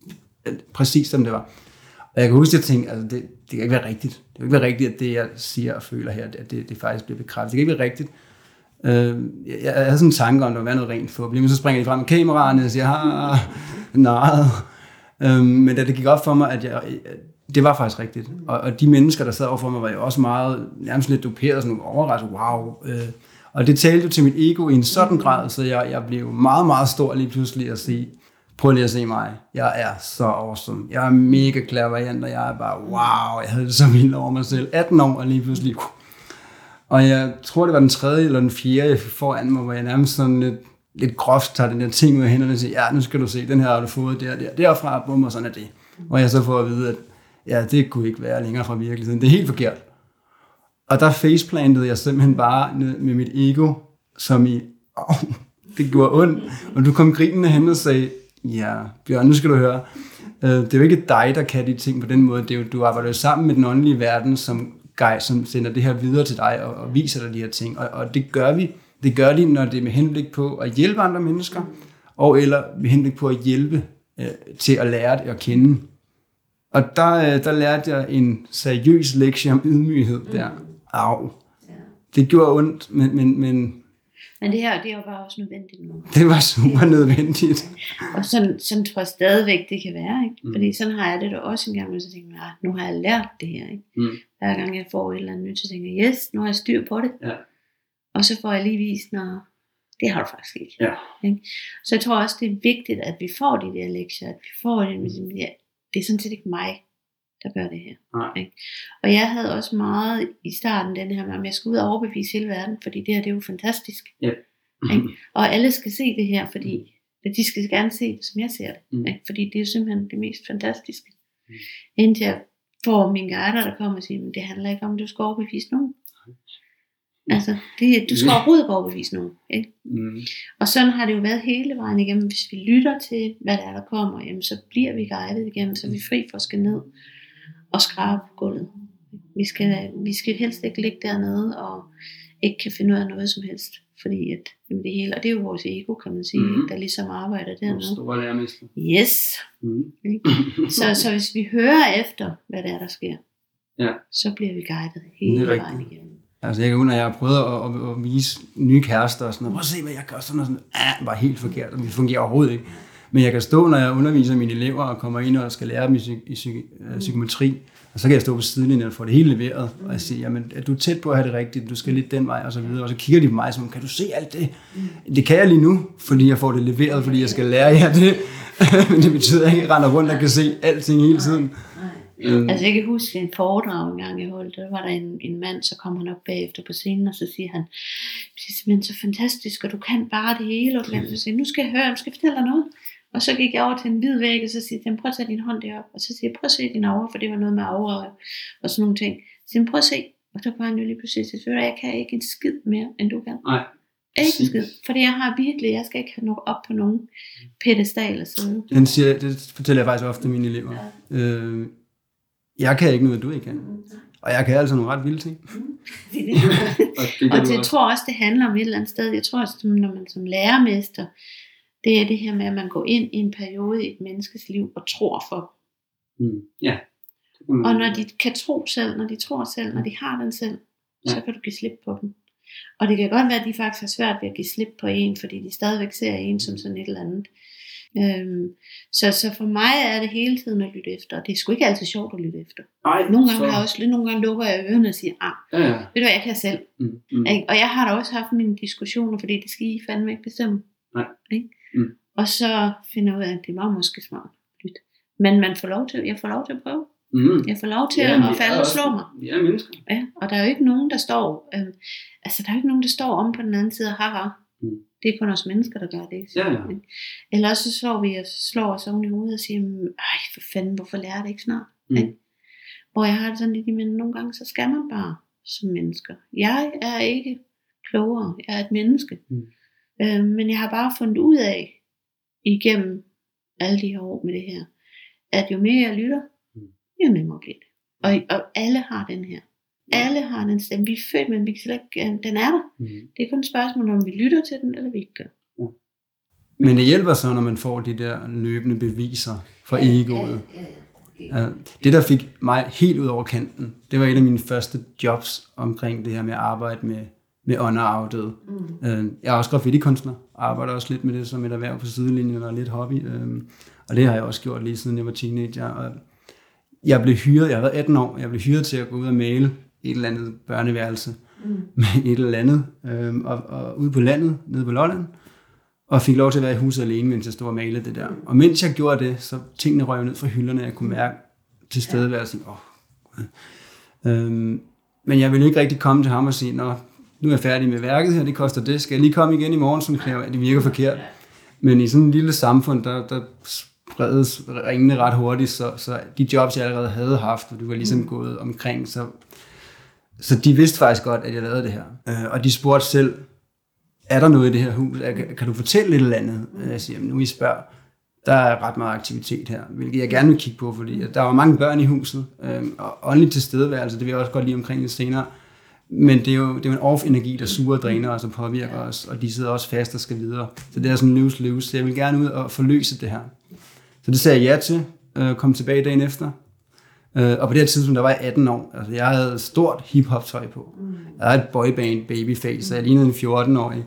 præcis som det var. Og jeg kan huske, at jeg tænkte, altså det, det kan ikke være rigtigt. Det kan ikke være rigtigt, at det, jeg siger og føler her, at det, det faktisk bliver bekræftet. Det kan ikke være rigtigt. Øh, jeg, jeg havde sådan en tanke om, at der var være noget rent for. Men så springer de frem med kameraerne og siger, ah, nej. Øh, men da det gik op for mig, at jeg, det var faktisk rigtigt. Og, og de mennesker, der sad overfor mig, var jo også meget, nærmest lidt doperet, sådan overrasket, wow. Øh, og det talte jo til mit ego i en sådan grad, så jeg, jeg blev meget, meget stor lige pludselig at sige, prøv lige at se mig. Jeg er så awesome. Jeg er mega clairvoyant, og jeg er bare, wow, jeg havde det så vildt over mig selv. atten år, og lige pludselig. Og jeg tror, det var den tredje eller den fjerde, jeg fik foran mig, hvor jeg nærmest sådan lidt, lidt groft tager den der ting ud af hænderne og siger, ja, nu skal du se, den her har du fået der, der, derfra, bum, og sådan er det. Og jeg så får at vide, at ja, det kunne ikke være længere fra virkeligheden. Det er helt forkert. Og der faceplantede jeg simpelthen bare med mit ego, som i, åh, det gjorde ondt. Og du kom grinende hen og sagde, ja, Bjørn, nu skal du høre. Det er jo ikke dig, der kan de ting på den måde. Det er jo, du arbejder jo sammen med den åndelige verden, som guide, som sender det her videre til dig og, og viser dig de her ting. Og, og det gør vi. Det gør de, når det er med henblik på at hjælpe andre mennesker, og eller med henblik på at hjælpe øh, til at lære det at kende. Og der, øh, der lærte jeg en seriøs lektie om ydmyghed der. Au. Det gjorde ondt, men... men, men Men det her, det var bare også nødvendigt nu. Det var super nødvendigt. Og sådan, sådan tror jeg stadigvæk, det kan være, ikke? Mm. Fordi sådan har jeg det da også en gang, og så tænker jeg, nu har jeg lært det her, ikke? Mm. Hver gang jeg får et eller andet nyt, så tænker jeg, yes, nu har jeg styr på det. Ja. Og så får jeg lige vist, når det har du faktisk ikke. Ja. Ikke? Så jeg tror også, det er vigtigt, at vi får de der lektier, at vi får det, ja, det er sådan set ikke mig, der gør det her. Ja. Ikke? Og jeg havde også meget i starten den her med, at jeg skulle ud og overbevise hele verden, fordi det her, det er jo fantastisk. Ja. Ikke? Og alle skal se det her, fordi de skal gerne se det, som jeg ser det. Mm. Ikke? Fordi det er jo simpelthen det mest fantastiske. Mm. Indtil jeg får mine guider, der kommer og siger, men det handler ikke om, at du skal overbevise nogen. Altså, det, du skal overhovedet ikke overbevise nogen. Ikke? Mm. Og sådan har det jo været hele vejen igennem. Hvis vi lytter til, hvad der er, der kommer, jamen, så bliver vi guidet igennem, så er vi fri for at skal ned og skrabe på gulvet. Vi skal, vi skal helst ikke ligge dernede og ikke kan finde ud af noget som helst. Fordi at, jamen det hele, og det er jo vores ego, kan man sige, mm. der ligesom arbejder dernede. Store lærermester. Yes. Mm. så, så hvis vi hører efter, hvad det er, der sker, ja. Så bliver vi guidet hele vejen igennem. Altså jeg kan når jeg har prøvet at, at, at vise nye kærester og sådan noget, prøv at se hvad jeg gør, sådan noget, sådan, ah, var helt forkert, og det fungerer overhovedet ikke. Men jeg kan stå, når jeg underviser mine elever og kommer ind og skal lære dem i, psyk- i psyk- psykometri, og så kan jeg stå på sidelinjen og få det hele leveret, og jeg siger, jamen, er du tæt på at have det rigtigt, du skal lidt den vej, og så videre, og så kigger de på mig som, kan du se alt det? Det kan jeg lige nu, fordi jeg får det leveret, fordi jeg skal lære jer det, men det betyder ikke, at jeg render rundt og kan se alting hele tiden. Mm. Altså jeg kan huske en foredrag en gang jeg holdt, der var der en, en mand, så kom han op bagefter på scenen, og så siger han, det er simpelthen så fantastisk, og du kan bare det hele, og du kan, så siger, nu skal jeg høre, nu skal jeg fortælle dig noget. Og så gik jeg over til en hvid væg, og så siger jeg, prøv at tage din hånd derop, og så siger jeg, prøv at se din aura, for det var noget med aura og sådan nogle ting. Så siger jeg, prøv at se, og så var han jo lige pludselig, så siger jeg, kan ikke en skid mere, end du kan. Nej. Ikke en skid, fordi jeg har virkelig, jeg skal ikke nå op på nogen pedestal og sådan. Den siger, det fortæller jeg faktisk ofte mine elever. Ja. Øh, jeg kan ikke noget, du ikke kan. Og jeg kan altså nogle ret vilde ting. Mm. Det det. og det, og det jeg tror også, det handler om et eller andet sted. Jeg tror også, når man som lærermester, det er det her med, at man går ind i en periode i et menneskes liv og tror for. Mm. Ja. Og når de kan tro selv, når de tror selv, når de har den selv, ja. Så kan du give slip på dem. Og det kan godt være, at de faktisk har svært ved at give slip på en, fordi de stadigvæk ser en som sådan et eller andet. Øhm, så, så for mig er det hele tiden at lytte efter, og det er sgu ikke altid sjovt at lytte efter. Ej, nogle gange så... har jeg også nogle gange lukker jeg ørerne og siger, ah, ja, ja. ved du hvad, jeg kan selv. Mm, mm. Og jeg har da også haft mine diskussioner, fordi det skal I fandme ikke bestemme. Nej. Ikke? Mm. Og så finder jeg ud af, at det var måske smart lytte. Men man får lov til, jeg får lov til at prøve. Mm. Jeg får lov til ja, at falde og slå mig. Ja, mennesker. Ja, og der er jo ikke nogen, der står, øh, altså der er jo ikke nogen, der står om på den anden side og haha. Mm. Det er kun os mennesker, der gør det, ikke? Ja, ja. Eller også så slår vi og slår os oven i hovedet og siger, ej for fanden, hvorfor lærer det ikke snart? Mm. Ikke? Hvor jeg har det sådan lidt, men nogle gange så skal man bare som mennesker. Jeg er ikke klogere, jeg er et menneske. Mm. Øh, men jeg har bare fundet ud af, igennem alle de her år med det her, at jo mere jeg lytter, jo nemmere bliver det. Og, og alle har den her. Alle har den stemme. Vi er født, men vi kan slet ikke, den er der. Mm. Det er kun et spørgsmål, om vi lytter til den, eller vi ikke gør. Ja. Men det hjælper så, når man får de der løbende beviser fra ja, egoet. Ja, ja, okay. Det, der fik mig helt ud over kanten, det var et af mine første jobs omkring det her med at arbejde med, med ånd og afdøde. Mm. Jeg er også graffiti-kunstner, arbejder også lidt med det som et erhverv på sidelinjen og lidt hobby. Og det har jeg også gjort lige siden jeg var teenager. Og jeg blev hyret, jeg har været atten år, jeg blev hyret til at gå ud og male et eller andet børneværelse mm. med et eller andet, øhm, og, og ude på landet, nede på Lolland, og fik lov til at være i huset alene, mens jeg stod og malede det der. Og mens jeg gjorde det, så tingene røg ned fra hylderne, jeg kunne mærke til stedeværelsen. Åh, øhm, men jeg ville ikke rigtig komme til ham og sige, nå, nu er jeg færdig med værket her, det koster det, skal jeg lige komme igen i morgen, som kræver, at det virker forkert. Men i sådan en lille samfund, der, der spredes ringene ret hurtigt, så, så de jobs, jeg allerede havde haft, og du var ligesom mm. gået omkring, så, så de vidste faktisk godt, at jeg lavede det her. Øh, og de spurgte selv, er der noget i det her hus? Kan, kan du fortælle lidt eller andet? Jeg siger, nu I spørger, der er ret meget aktivitet her, hvilket jeg gerne vil kigge på, fordi der var mange børn i huset, øh, og åndelig tilstedeværelse, det vil jeg også godt lige omkring lidt senere. Men det er jo, det er jo en off-energi, der suger og dræner os og påvirker os, og de sidder også fast og skal videre. Så det er sådan lose-lose, så jeg vil gerne ud og forløse det her. Så det sagde jeg ja til, øh, kom tilbage dagen efter. Øh, og på det her tidspunkt, der var jeg atten år. Altså, jeg havde stort hip-hop-tøj på. Jeg havde et boyband babyface, så jeg lignede en fjorten-årig.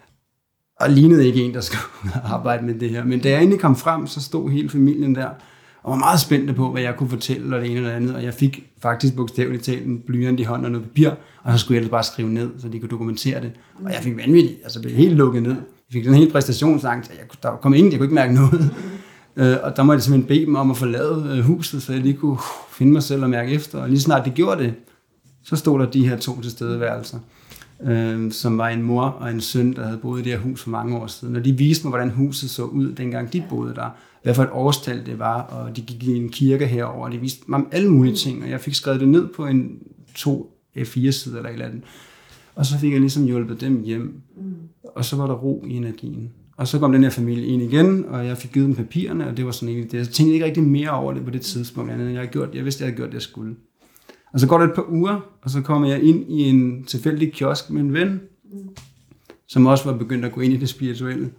Og lignede ikke en, der skulle arbejde med det her. Men da jeg endelig kom frem, så stod hele familien der, og var meget spændte på, hvad jeg kunne fortælle, og det ene eller andet. Og jeg fik faktisk bogstaveligt talt en blyant i hånden og noget papir, og så skulle jeg bare skrive ned, så de kunne dokumentere det. Og jeg fik vanvittigt, altså blev helt lukket ned. Jeg fik sådan en hel præstationsangst, jeg, der kom ingen, jeg kunne ikke mærke noget. Og der måtte jeg simpelthen bede dem om at forlade huset, så jeg lige kunne finde mig selv og mærke efter. Og lige snart de gjorde det, så stod der de her to tilstedeværelser, øh, som var en mor og en søn, der havde boet i det her hus for mange år siden. Og de viste mig, hvordan huset så ud, dengang de boede der. Hvad for et årstal det var, og de gik i en kirke herover, og de viste mig alle mulige ting. Og jeg fik skrevet det ned på en to A fire sider eller et eller andet. Og så fik jeg ligesom hjulpet dem hjem. Og så var der ro i energien. Og så kom den her familie ind igen, og jeg fik givet dem papirerne, og det var sådan egentlig det. Jeg tænkte ikke rigtig mere over det på det tidspunkt, andet jeg, gjort, jeg vidste, at jeg havde gjort det, jeg skulle. Og så går det et par uger, og så kommer jeg ind i en tilfældig kiosk med en ven, mm. som også var begyndt at gå ind i det spirituelle.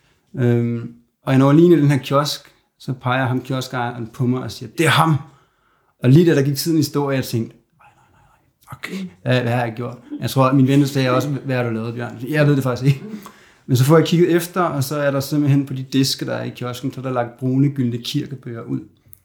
Øhm, og når jeg lige ind i den her kiosk, så peger ham kioskejeren på mig og siger, det er ham! Og lige da der gik tiden i stå, og jeg tænkte, nej, nej, nej, fuck, hvad, hvad har jeg gjort? Jeg tror, at min ven sagde også, hvad har du lavet, Bjørn? Jeg ved det faktisk ikke. Men så får jeg kigget efter, og så er der simpelthen på de diske, der er i kiosken, så er der lagt brune gyldne kirkebøger ud.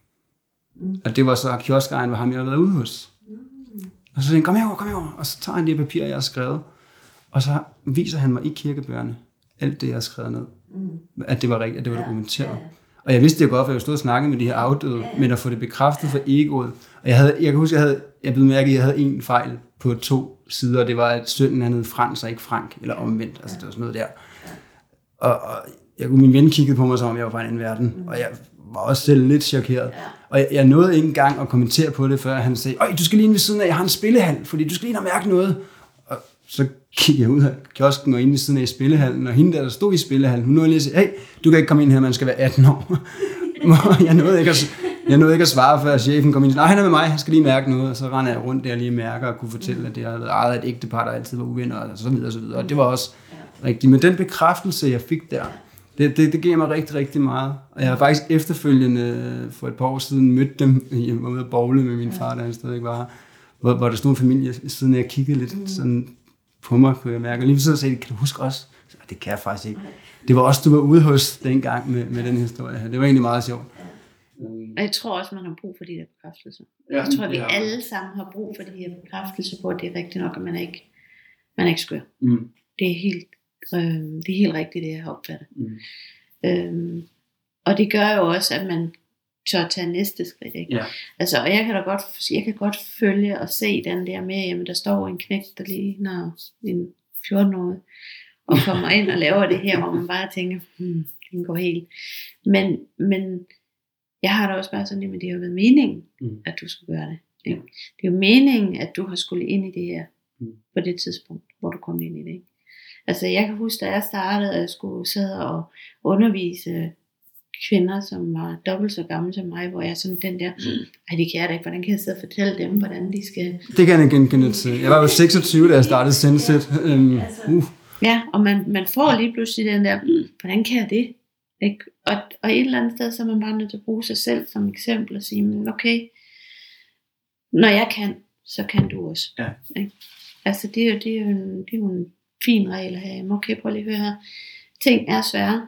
Mm. Og det var så kioskejeren, hvor ham jeg havde været ude hos. Mm. Og så siger han, kom herover, kom herover. Og så tager han det papir, jeg har skrevet. Og så viser han mig i kirkebøgerne alt det, jeg har skrevet ned. Mm. At det var rigtigt, at det var dokumenteret. Ja, ja. Og jeg vidste det jo godt, for jeg stod og snakkede med de her afdøde, ja, ja. Men at få det bekræftet for egoet. Og jeg, havde, jeg kan huske, jeg havde, jeg blev mærke, at jeg havde en fejl på to sider, og det var, at sønnen han hed Frans og ikke Frank, eller omvendt. Altså det var sådan noget der. Og, og jeg, min ven kiggede på mig, som om jeg var fra en anden verden. Mm. Og jeg var også selv lidt chokeret. Ja. Og jeg, jeg nåede ikke engang at kommentere på det, før han sagde, øj, du skal lige ind ved siden af, jeg har en spillehal, fordi du skal lige ind og mærke noget. Og så kiggede jeg ud af kiosken og ind ved siden af i spillehallen, og hende der, der stod i spillehallen, hun nåede lige at sige, hey, du kan ikke komme ind her, man skal være atten år. jeg, nåede ikke at, jeg nåede ikke at svare, før chefen kom ind og sagde, nej, han er med mig, han skal lige mærke noget. Og så rendte jeg rundt der og lige mærker og kunne fortælle, at det havde været ejet et ægtepar, der altid var uvenner, og så videre og så videre. Og det var også rigtigt. Men den bekræftelse, jeg fik der, det, det, det gav mig rigtig, rigtig meget. Og jeg har faktisk efterfølgende for et par år siden mødt dem, jeg var ude at bowle med min far, der han stadig var her, hvor, hvor der stod en familie, siden jeg kiggede lidt sådan på mig, kunne jeg mærke. Og lige så sagde de, kan du huske også? Så, det kan jeg faktisk ikke. Det var også, du var ude hos dengang med, med den historie her. Det var egentlig meget sjovt. Og jeg tror også, man har brug for de der bekræftelser. Ja, jeg tror, at vi ja. alle sammen har brug for de her bekræftelser på, at det er rigtigt nok, at man er ikke, man er ikke skør. Mm. Det er helt, øh, det er helt rigtigt, det jeg har opfattet. Mm. Øhm, og det gør jo også, at man tør tage næste skridt. Ikke? Ja. Altså, og jeg kan da godt, jeg kan godt følge og se den der med, jamen der står en knægt, der ligner en fjorten-årig, og kommer ind og laver det her, hvor man bare tænker, hmm, den går helt. Men, men jeg har da også bare sådan, at det har været meningen, mm. at du skulle gøre det. Ikke? Det er jo meningen, at du har skulle ind i det her, mm. på det tidspunkt, hvor du kom ind i det. Ikke? Altså jeg kan huske, da jeg startede, at jeg skulle sidde og undervise kvinder, som var dobbelt så gamle som mig, hvor jeg sådan den der, ej det kan jeg da ikke, hvordan kan jeg sidde og fortælle dem, hvordan de skal... Det kan jeg genkende til. Jeg var jo seksogtyve, da jeg startede Senset. Um, uh. Ja, og man, man får lige pludselig den der, hvordan kan jeg det? Ikke? Og, og et eller andet sted, så er man bare nødt til at bruge sig selv som eksempel og sige, okay, når jeg kan, så kan du også. Ja. Ikke? Altså det er, jo, det, er jo en, det er jo en fin regel at have. Okay, prøv lige at høre her. Ting er svære,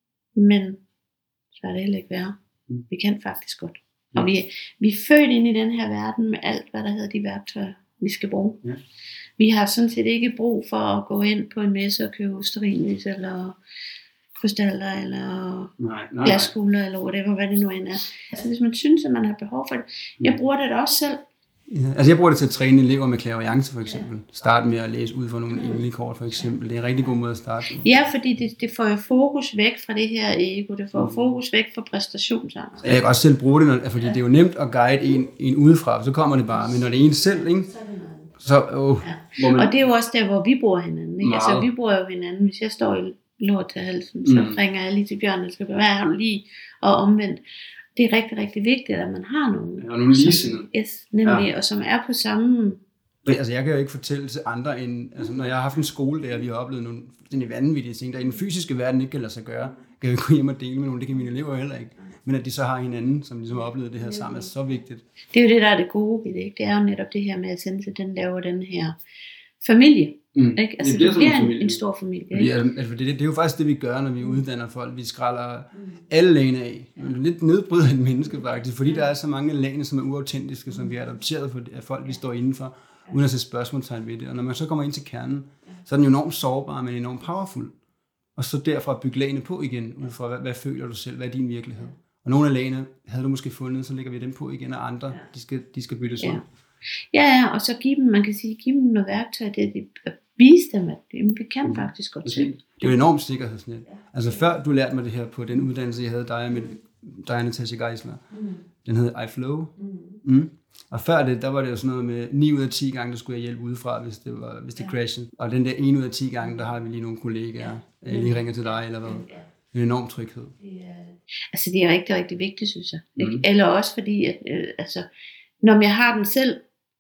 men så er det heller ikke værre. Mm. Vi kan faktisk godt. Mm. Og vi, vi er født ind i den her verden med alt, hvad der hedder de værktøjer, vi skal bruge. Ja. Vi har sådan set ikke brug for at gå ind på en messe og købe stearinlys, eller krystaller, eller nej, nej, glaskugler, eller whatever, hvad det nu end er. Altså hvis man synes, at man har behov for det. Jeg bruger det da også selv. Ja, altså jeg bruger det til at træne elever med clairvoyance for eksempel. Ja. Starte med at læse ud fra nogle enlige kort for eksempel. Det er en rigtig god måde at starte. Ja, fordi det, det får jo fokus væk fra det her ego. Det får mm. fokus væk fra præstationsangst. Jeg kan også selv bruge det, når, fordi det er jo nemt at guide en, en udefra, så kommer det bare. Men når det er en selv, ikke? Så, åh, ja. man... Og det er jo også der, hvor vi bruger hinanden. Ikke? Altså vi bruger jo hinanden. Hvis jeg står i lort til halsen, så mm. ringer jeg lige til Bjørn, og skal være her lige og omvendt. Det er rigtig, rigtig vigtigt, at man har nogen. Ja, og nogle ligesindede. Yes, nemlig, ja. Og som er på samme... Altså, jeg kan jo ikke fortælle til andre end... Altså, når jeg har haft en skole der, vi har oplevet nogle fuldstændig vanvittige ting, der i den fysiske verden ikke kan lade sig gøre, kan jeg jo gå hjem og dele med nogen, det kan mine elever heller ikke. Men at de så har hinanden, som ligesom har oplevet det her sammen, er så vigtigt. Det er jo det, der er det gode ved det, ikke? Det er jo netop det her med, at Sense, den laver den her familie. Mm. Ikke? Altså, det bliver, det bliver en, en, en stor familie. Ikke? Ja, altså, det, det er jo faktisk det, vi gør, når vi uddanner folk. Vi skræller mm. alle lagene af. Lidt nedbryder et menneske faktisk, fordi der er så mange lagene, som er uautentiske, som vi har adopteret af folk, vi står indenfor, uden at sætte spørgsmålstegn ved det. Og når man så kommer ind til kernen, så er den jo enormt sårbar, men enormt powerful. Og så derfra bygge lagene på igen, ud fra hvad, hvad føler du selv, hvad er din virkelighed. Og nogle af lagene havde du måske fundet, så lægger vi dem på igen, og andre, de skal, de skal byttes ja. ud. Ja, ja, og så give dem, man kan sige, give dem noget værktøj, det er at vise dem, at vi kan mm. faktisk godt se. Det er jo enormt sikkerhedsnet. Ja. Altså før du lærte mig det her på den uddannelse, jeg havde dig med dig og Natasha Geisler, mm. den hed iFlow. Mm. Mm. Og før det, der var det jo sådan noget med ni ud af ti gange, der skulle jeg hjælpe udefra, hvis det, var, hvis det ja. crashede. Og den der en ud af ti gange, der har vi lige nogle kollegaer, ja. jeg lige ringer til dig, eller hvad. Ja. En enorm tryghed. Ja. Altså det er rigtig, rigtig vigtigt, synes jeg. Mm. Eller også fordi, at øh, altså, når jeg har den selv,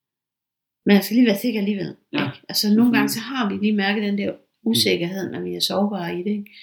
men jeg skal lige være sikker alligevel. Ja. Ikke? Altså nogle gange, så har vi lige mærket den der usikkerhed, når vi er sårbare i det. Ikke?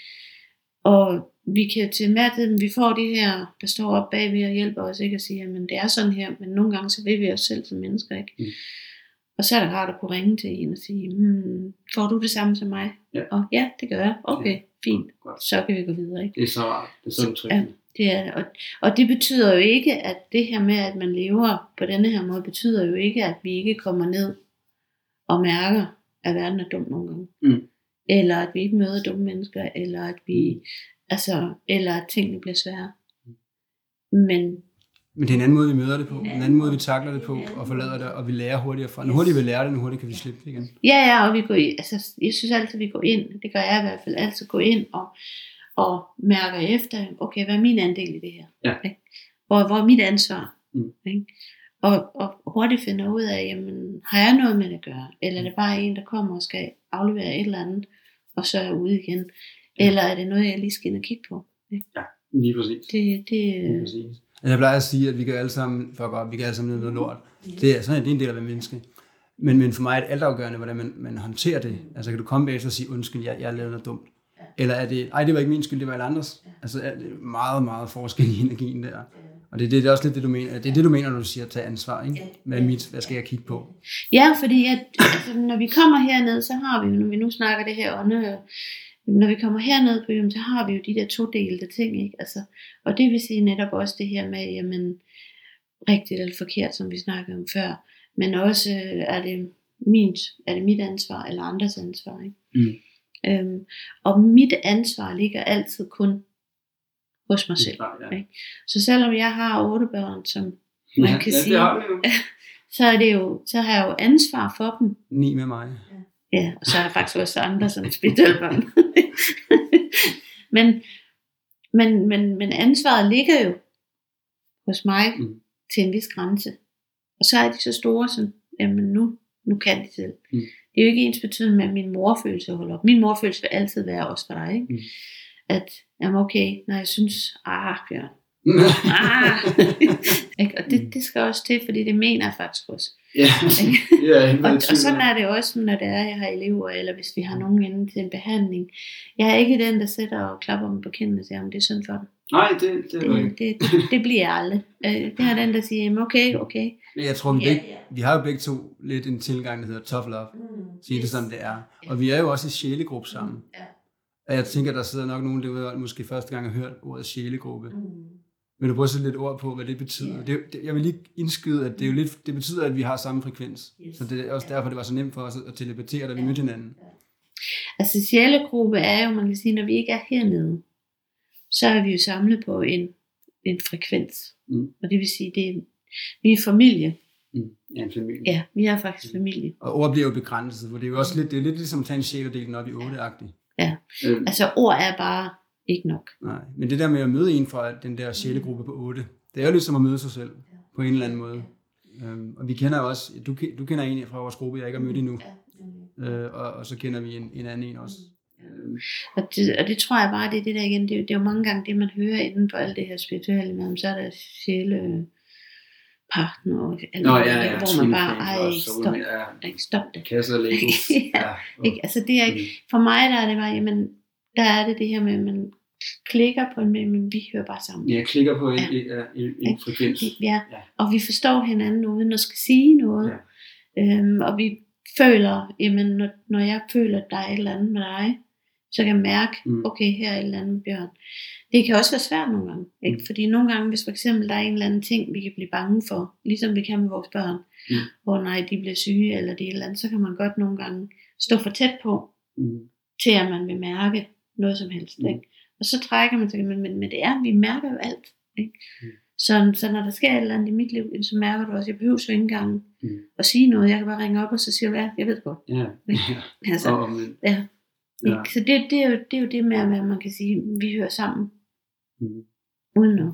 Og vi kan til hver tid, vi får de her, der står op bagved og hjælper os, ikke at sige, men det er sådan her, men nogle gange, så ved vi os selv som mennesker, ikke? Mm. Og så er det rart at kunne ringe til en og sige, hmm, får du det samme som mig? Ja. Og ja, det gør jeg. Okay, ja. Fint. Godt. Så kan vi gå videre. Ikke? Det er så rart. Det er så så, ja, det er, og, og det betyder jo ikke, at det her med, at man lever på denne her måde, betyder jo ikke, at vi ikke kommer ned og mærker, at verden er dum nogle gange. Mm. Eller at vi ikke møder dumme mennesker, eller at vi, mm. altså, eller at tingene bliver svære. Men Men det er en anden måde, vi møder det på. En anden måde, vi takler det på, og forlader det, og vi lærer hurtigere fra. Nu hurtigt vi lærer det, nu hurtigt kan vi slippe det igen. Ja, ja, og vi går i, altså, jeg synes altid, vi går ind, det gør jeg i hvert fald, altid gå ind og, og mærker efter, okay, hvad er min andel i det her? Ja. Ikke? Hvor, hvor er mit ansvar? Mm. Ikke? Og, og hurtigt finder ud af, jamen, har jeg noget med det at gøre? Eller er det bare en, der kommer og skal aflevere et eller andet, og så er jeg ude igen? Ja. Eller er det noget, jeg lige skal ind og kigge på? Ikke? Ja, lige præcis. Det, det, lige præcis. Altså, jeg plejer at sige, at vi kan alle sammen, fuck op, vi kan alle sammen ned noget lort. Det er sådan, det er en del af at være menneske. Men, men for mig er det altafgørende, hvordan man, man håndterer det. Altså kan du komme bagefter og sige, undskyld, jeg, jeg lavede noget dumt. Eller er det, ej, det var ikke min skyld, det var alle andres. Altså er det meget, meget forskel i energien der. Og det, det, det er også lidt det, du mener. Det er det, du mener, når du siger, at tage ansvar, ikke? Hvad, mit, hvad skal jeg kigge på? Ja, fordi at, altså, når vi kommer herned, så har vi jo, når vi nu snakker det her ånde, når vi kommer herned på Jylland, så har vi jo de der todelte ting, ikke? Altså, og det vil sige netop også det her med, jamen, rigtigt eller forkert, som vi snakkede om før, men også, er det, min, er det mit ansvar, eller andres ansvar, ikke? Mm. Øhm, og mit ansvar ligger altid kun hos mig selv. Ja, ja. Ikke? Så selvom jeg har otte børn, som man ja, kan ja, sige, så, er det jo, så har jeg jo ansvar for dem. Ni med mig. Ja, og så har jeg faktisk også andre som spirituelle børn. men, men, men, men ansvaret ligger jo hos mig mm. til en vis grænse. Og så er de så store, som jamen nu, nu kan de selv. Mm. Det er jo ikke ens betydende med, at min morfølelse holder op. Min morfølelse vil altid være også for dig. Ikke? Mm. At, jamen okay, når jeg synes, ah, Bjørn. ah. Og det, det skal også til, fordi det mener jeg faktisk også. Ja, yeah. og, og sådan er det også, når det er, jeg har elever, eller hvis vi har nogen inde til en behandling. Jeg er ikke den, der sætter og klapper dem på kinden og siger, om det er synd for dem. Nej, det, det, det, det, det, det, det bliver jeg aldrig. Det er den, der siger, okay, okay. Men jeg tror, vi, begge, ja, ja. vi har jo begge to lidt en tilgang, der hedder tough love. Mm, sige yes. det som det er. Og vi er jo også i sjælegruppe sammen. Mm, ja. Og jeg tænker, der sidder nok nogen derude, der måske første gang har hørt ordet sjælegruppe. Mm. Vil du prøve at sætte lidt ord på, hvad det betyder? Yeah. Det, det, jeg vil lige indskyde, at det, er jo lidt, det betyder, at vi har samme frekvens. Yes. Så det er også derfor, det var så nemt for os at telepatere, da vi mødte hinanden. Ja. Altså sjælegruppe er jo, man kan sige, når vi ikke er hernede, så er vi jo samlet på en, en frekvens. Mm. Og det vil sige, det er, vi er familie. Mm. Ja, en familie. Ja, vi er faktisk familie. Og ord bliver jo begrænset, for det er jo også lidt, det er lidt ligesom at tage en sjæl og dele den op i otte-agtigt. Ja, øhm. altså ord er bare ikke nok. Nej, men det der med at møde en fra den der sjælegruppe på otte, det er jo ligesom at møde sig selv på en eller anden måde. Øhm, og vi kender også, du, du kender en fra vores gruppe, jeg ikke har mødt endnu. Øh, og, og så kender vi en, en anden en også. Øhm. Og, det, og det tror jeg bare, det er det der igen, det er, det er jo mange gange det, man hører inden for alt det her spirituelle, men så er der sjæle partner, eller Nå, ja, ja, hvor man bare, ej, stop, ja, stop det. Kasser og Lego. ja, ikke? Altså det er ikke, for mig der er det bare, jamen, der er det det her med, at man klikker på en, men vi hører bare sammen. Ja, klikker på en, ja. en, en, en frekvens. Ja. ja, og vi forstår hinanden uden at skal sige noget. Ja. Øhm, og vi føler, jamen, når, når jeg føler, at der er et eller andet med dig, så kan jeg mærke, mm. okay, her er et eller andet med Bjørn. Det kan også være svært nogle gange, ikke? Mm. Fordi nogle gange, hvis for eksempel der er en eller anden ting, vi kan blive bange for, ligesom vi kan med vores børn, mm. hvor nej, de bliver syge, eller det eller andet, så kan man godt nogle gange stå for tæt på, mm. til at man vil mærke noget som helst, mm. ikke? Og så trækker man sig, men, men, men det er, vi mærker jo alt, ikke? Mm. Så, så når der sker et eller andet i mit liv, så mærker du også, jeg behøver så ikke engang mm. at sige noget, jeg kan bare ringe op, og så siger jeg, jeg ved det godt. Ja, ja. Altså, oh, men... ja. Ja. Så det, det, er jo, det er jo det med, at man kan sige, at vi hører sammen. Mm. Uden noget.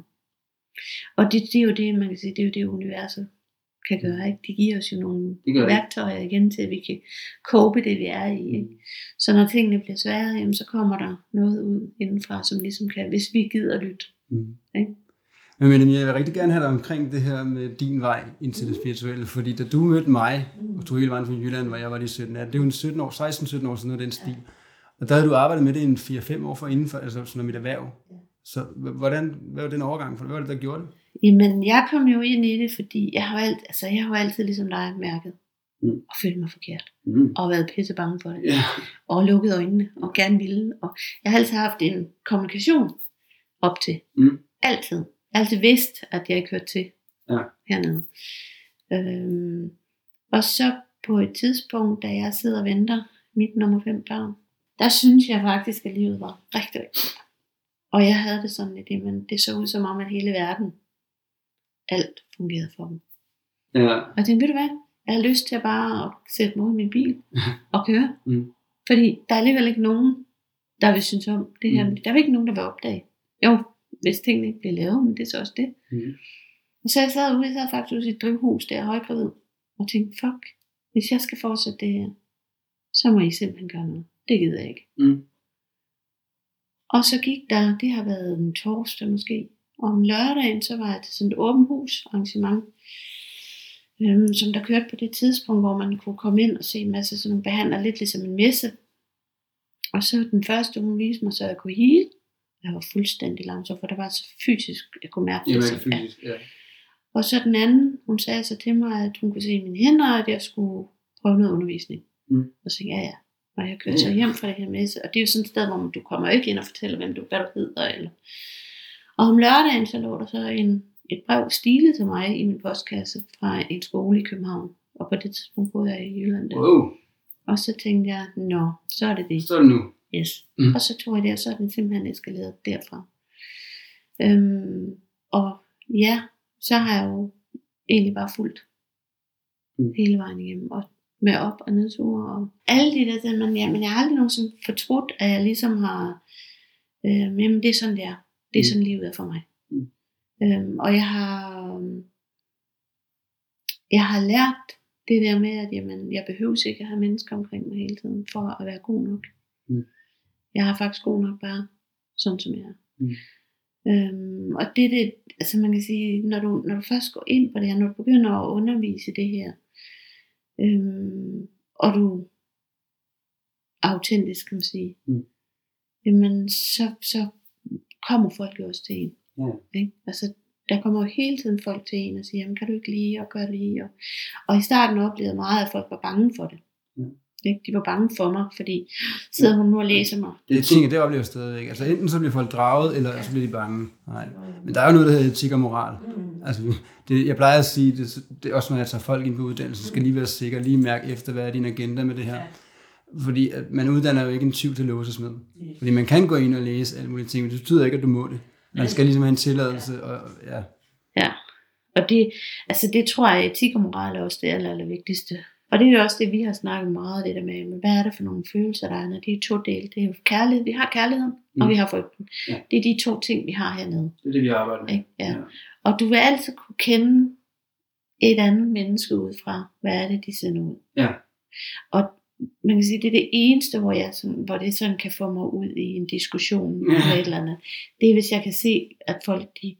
Og det, det er jo det, man kan sige, det er jo det, universet kan gøre. Ikke? Det giver os jo nogle værktøjer igen til, at vi kan cope det, vi er i. Ikke? Så når tingene bliver svære, jamen, så kommer der noget ud indenfra, som ligesom kan, hvis vi gider lytte. Mm. Ikke? Men jeg vil rigtig gerne have dig omkring det her med din vej ind til det spirituelle, fordi da du mødte mig, og tog hele vejen fra Jylland, hvor jeg var lige sytten år, det er jo en sytten år, seksten sytten år, sådan noget den stil. Og der havde du arbejdet med det en fire fem år for indenfor, altså sådan mit erhverv. Så hvordan, hvad var den overgang for? Hvad var det, der gjorde det? Jamen, jeg kom jo ind i det, fordi jeg har jo, alt, altså, jeg har jo altid ligesom dig mærket. mm. og følte mig forkert, mm. og været pisse bange for det, yeah. og lukket øjnene, og gerne ville, og jeg har altid haft en kommunikation op til, mm. altid, jeg har altid vidst, at jeg ikke hørte til ja. hernede, øhm, og så på et tidspunkt, da jeg sidder og venter mit nummer fem barn, der synes jeg faktisk, at livet var rigtig, rigtig godt. Og jeg havde det sådan lidt, men det så ud som om, at hele verden, alt fungerede for dem. Ja. Og jeg tænkte, ved du hvad, jeg har lyst til at bare at sætte mig ud i min bil og køre. Mm. Fordi der er alligevel ikke nogen, der vil synes om det her. Mm. Der er ikke nogen, der vil opdage. Jo, hvis tingene ikke bliver lavet, men det er så også det. Mm. Og så jeg sad ude, jeg sad faktisk ude i et drivhus der højgravid, og tænkte, fuck, hvis jeg skal fortsætte det her, så må I simpelthen gøre noget. Det gider jeg ikke. Mm. Og så gik der, det har været en torsdag måske, og om lørdagen, så var det sådan et åbent hus arrangement, øhm, som der kørte på det tidspunkt, hvor man kunne komme ind og se en masse sådan nogle behandlere, lidt ligesom en messe. Og så den første, hun viste mig, så jeg kunne hele. Jeg var fuldstændig langsom, for der var så fysisk, jeg kunne mærke det. Ja, fysisk, ja. Og så den anden, hun sagde så til mig, at hun kunne se mine hænder, og at jeg skulle prøve noget undervisning. Mm. Og så ja, ja. Og jeg kørte så hjem fra det her messe, og det er jo sådan et sted, hvor man, du kommer ikke ind og fortæller, hvem du, hvad du hedder. Eller. Og om lørdagen, så lå der så en, et brev stilet til mig i min postkasse fra en skole i København. Og på det tidspunkt boede jeg i Jylland. Wow. Og så tænkte jeg, nå, så er det det. Så er det nu. Yes. Mm. Og så tog jeg det, og så er den simpelthen eskaleret derfra. Øhm, og ja, så har jeg jo egentlig bare fulgt mm. hele vejen igennem, og med op- og nedture, og alle de der ting, men, ja, men jeg har aldrig nogensinde fortrudt, at jeg ligesom har, øh, jamen det er sådan det er, det er mm. sådan livet er for mig. Mm. Øhm, og jeg har, jeg har lært det der med, at jamen, jeg behøver ikke at have mennesker omkring mig hele tiden, for at være god nok. Mm. Jeg er faktisk god nok bare, sådan som jeg er. Mm. Øhm, og det er det, altså man kan sige, når du, når du først går ind på det her, når du begynder at undervise det her, øhm, og du er autentisk, kan man sige, mm. jamen så, så kommer folk jo også til en. Ja. Ikke? Altså der kommer jo hele tiden folk til en og siger, jamen kan du ikke lide, og gør det lige. Og, og i starten oplevede jeg meget, at folk var bange for det. Ja. Ikke? De var bange for mig, fordi sidder hun nu og læser mig. Det er ting, det oplever jeg stadigvæk. Altså enten så bliver folk draget, eller så bliver de bange. Nej. Men der er jo noget, der hedder etik og moral. Altså, det, jeg plejer at sige, det, det er også når jeg tager folk ind på uddannelse, skal lige være sikker, lige mærke efter, hvad er din agenda med det her. Fordi at man uddanner jo ikke en tyv til låsesmed. Fordi man kan gå ind og læse alle mulige ting, men det betyder ikke, at du må det. Man skal ligesom have en tilladelse. Og, ja. ja, og det, altså det tror jeg, etik og moral er også det aller, aller vigtigste. Og det er jo også det, vi har snakket meget det der med, men hvad er det for nogle følelser, der er, når det er to dele. Det er jo kærlighed. Vi har kærligheden, mm. og vi har frygten. Ja. Det er de to ting, vi har hernede. Det er det, vi arbejder med. Ja. Ja. Og du vil altid kunne kende et andet menneske ud fra, hvad er det, de sender ud. Ja. Og man kan sige, det er det eneste, hvor, jeg sådan, hvor det sådan kan få mig ud i en diskussion ja. eller et eller andet. Det er, hvis jeg kan se, at folk de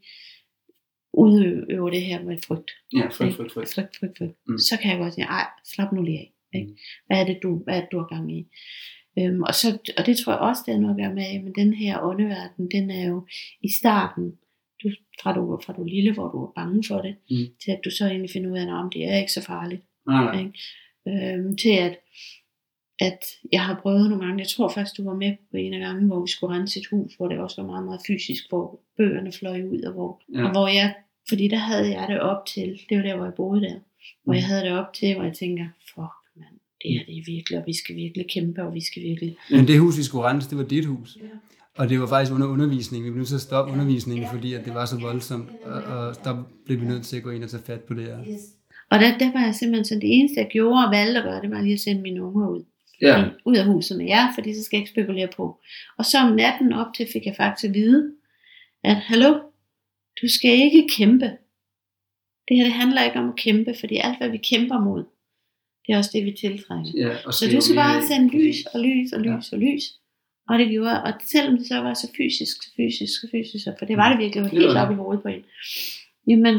udøver det her med frygt. Ja, frygt, frygt, frygt. frygt, frygt, frygt. Mm. Så kan jeg godt sige, ej, slap nu lige af. Ikke? Hvad er det, du, hvad er det, du har gang i? Øhm, og, så, og det tror jeg også, det er noget at gøre med, men den her åndeverden, den er jo i starten, du, fra, du, fra du er lille, hvor du er bange for det, mm. til at du så egentlig finder ud af, om det er ikke så farligt. Nej. Ikke? Øhm, til at at jeg har prøvet nogle gange, jeg tror faktisk du var med på en af gangen, hvor vi skulle rense et hus, hvor det også var meget, meget fysisk, hvor bøgerne fløj ud, og hvor, ja. og hvor jeg, fordi der havde jeg det op til, det var der, hvor jeg boede der, hvor mm. jeg havde det op til, hvor jeg tænker, fuck mand, det her det er virkelig, og vi skal virkelig kæmpe, og vi skal virkelig... Men det hus, vi skulle rense, det var dit hus. Ja. Og det var faktisk under undervisning. Vi blev nødt til at stoppe ja. undervisningen, fordi at det var så voldsomt, og, og der blev vi nødt til at gå ind og tage fat på det her. Yes. Og der, der var jeg simpelthen sådan, det eneste jeg gjorde og valgte at gøre, det var lige at sende mine unger ud. Ja. Ud af huset med jer, fordi så skal jeg ikke spekulere på. Og så om natten op til fik jeg faktisk at vide, at hallo, du skal ikke kæmpe. Det her det handler ikke om at kæmpe, fordi alt hvad vi kæmper mod, det er også det vi tiltrækker. Ja, så du skal bare sende lys og lys og lys ja. og lys. Og det gjorde, og selvom det så var så fysisk, så fysisk, så fysisk, for det var det virkelig, det var helt op i hovedet på en. Jamen,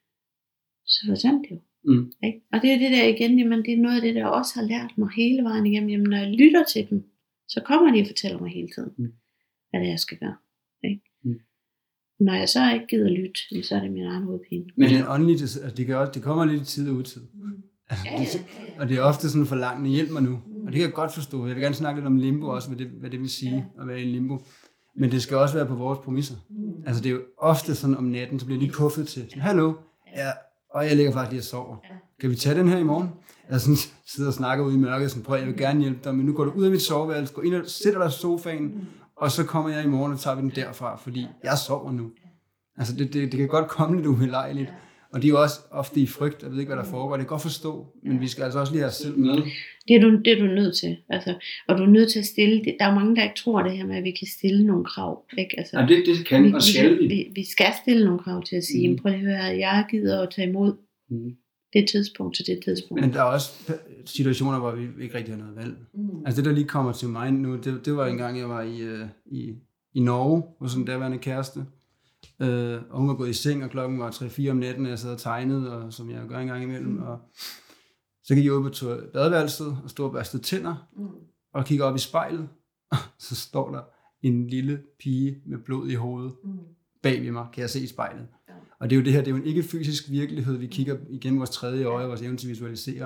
så forsvandt det jo. Mm. Ikke? Og det er det der igen, jamen det er noget af det, der også har lært mig hele vejen igennem. Jamen, når jeg lytter til dem, så kommer de og fortæller mig hele tiden, mm. hvad det er, jeg skal gøre. Ikke? Mm. Når jeg så ikke gider lytte, så er det min egen hovedpine. Men det er åndeligt, altså det, kan også, det kommer lidt i tid og utid. Mm. Altså, det, og det er ofte sådan forlangende, hjælp mig nu. Og det kan jeg godt forstå. Jeg vil gerne snakke lidt om limbo også, hvad det, hvad det vil sige at være i limbo. Men det skal også være på vores præmisser. Altså det er jo ofte sådan om natten, så bliver jeg lige puffet til. Hallo, ja, og jeg ligger faktisk lige og sover. Kan vi tage den her i morgen? Jeg sådan, sidder og snakker ude i mørket, sådan, prøv, jeg vil gerne hjælpe dig, men nu går du ud af mit soveværelse, går ind og sætter dig i sofaen, og så kommer jeg i morgen, og tager vi den derfra, fordi jeg sover nu. Altså det, det, det kan godt komme lidt ubelejligt. Og de er jo også ofte i frygt, jeg ved ikke, hvad der foregår. Det kan godt forstå, men vi skal altså også lige have os selv med. Det er du, det er du nødt til. Altså, og du er nødt til at stille det. Der er mange, der ikke tror det her med, at vi kan stille nogle krav. Ikke? Altså, ja, det, det kan vi, og skal vi. vi. Vi skal stille nogle krav til at sige, mm. prøv lige at høre, jeg gider at tage imod mm. det tidspunkt til det tidspunkt. Men der er også situationer, hvor vi ikke rigtig har noget valg. Mm. Altså det, der lige kommer til mig nu, det, det var en gang, jeg var i, uh, i, i Norge, hos en derværende kæreste. Uh, og hun var gået i seng, og klokken var tre fire om natten, og jeg sad og tegnede, og, som jeg gør en gang imellem. Og så gik jeg ud på badeværelset og stod og børstede tænder, mm. og kigger op i spejlet, og så står der en lille pige med blod i hovedet mm. bag ved mig, kan jeg se i spejlet. Ja. Og det er jo det her, det er jo en ikke-fysisk virkelighed, vi kigger igennem vores tredje øje, vores evne til at visualisere.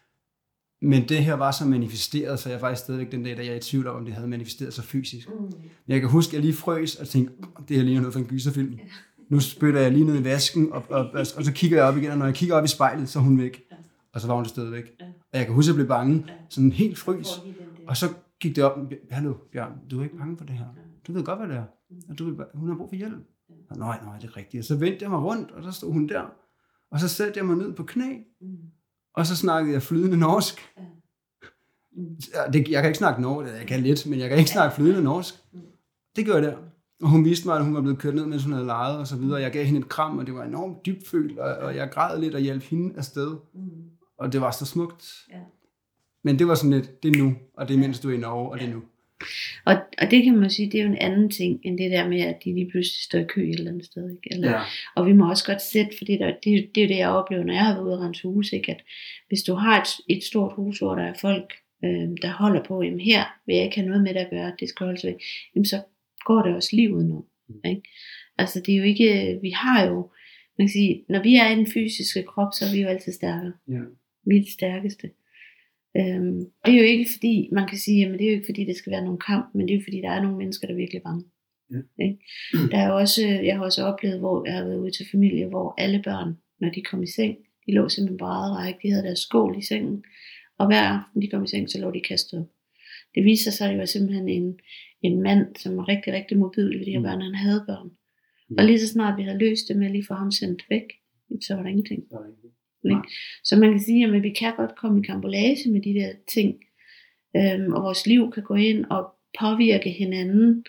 Men det her var så manifesteret, så jeg er faktisk stadigvæk den dag, da jeg er i tvivl om, om det havde manifesteret sig fysisk. Mm. Men jeg kan huske, at jeg lige frøs og tænkte, det her ligner noget fra en gyserfilm. Yeah. Nu spytter jeg lige ned i vasken, og, og, og, og så kigger jeg op igen, og når jeg kigger op i spejlet, så er hun væk. Yeah. Og så var hun stadigvæk. Yeah. Og jeg kan huske, at jeg blev bange, yeah. sådan helt frøs. Og så gik det op, hallo Bjørn, du er ikke bange for det her. Du ved godt, hvad det er. Og du ved, hun har brug for hjælp. Og nej, nej, det er rigtigt. Og så vendte jeg mig rundt, og så stod hun der. Og så satte jeg mig ned på knæ. Mm. Og så snakkede jeg flydende norsk. Ja. Mm. Det, jeg kan ikke snakke norsk, jeg kan lidt, men jeg kan ikke snakke flydende norsk. Mm. Det gjorde jeg der. Og hun viste mig, at hun var blevet kørt ned, mens hun havde leget og så videre. Jeg gav hende et kram, og det var enormt dybfølt, og, og jeg græd lidt og hjalp hende afsted. Mm. Og det var så smukt. Ja. Men det var sådan lidt, det er nu, og det er mens du er i Norge, og det er nu. Og, og det kan man sige, det er jo en anden ting, end det der med, at de lige pludselig står i kø et eller andet sted. Ikke? Eller, ja. Og vi må også godt sætte, fordi der, det, det er jo det, jeg oplever, når jeg har været ude og rense hus, ikke? At hvis du har et, et stort hus, hvor der er folk, øh, der holder på, jamen her vil jeg ikke have noget med det at gøre, det skal holdes væk, jamen så går det også lige udenom. Ikke? Altså det er jo ikke, vi har jo, man kan sige, når vi er i den fysiske krop, så er vi jo altid stærkere. Ja. Vi er det stærkeste. Øhm, det er jo ikke fordi, man kan sige, jamen det er jo ikke fordi, det skal være nogen kamp, men det er jo fordi, der er nogle mennesker, der er virkelig bange. Ja. Ikke? Der er også, jeg har også oplevet, hvor jeg har været ude til familie, hvor alle børn, når de kom i seng, de lå simpelthen bare række, de havde deres skål i sengen, og hver aften de kom i seng, så lå de kastet op. Det viser sig, at det var simpelthen en, en mand, som var rigtig, rigtig modbydelig ved de her børn, han havde børn. Og lige så snart vi havde løst det med at lige få ham sendt væk, så var der ingenting. Så var der ingenting. Ja. Så man kan sige, at vi kan godt komme i karambolage med de der ting, øhm, og vores liv kan gå ind og påvirke hinanden,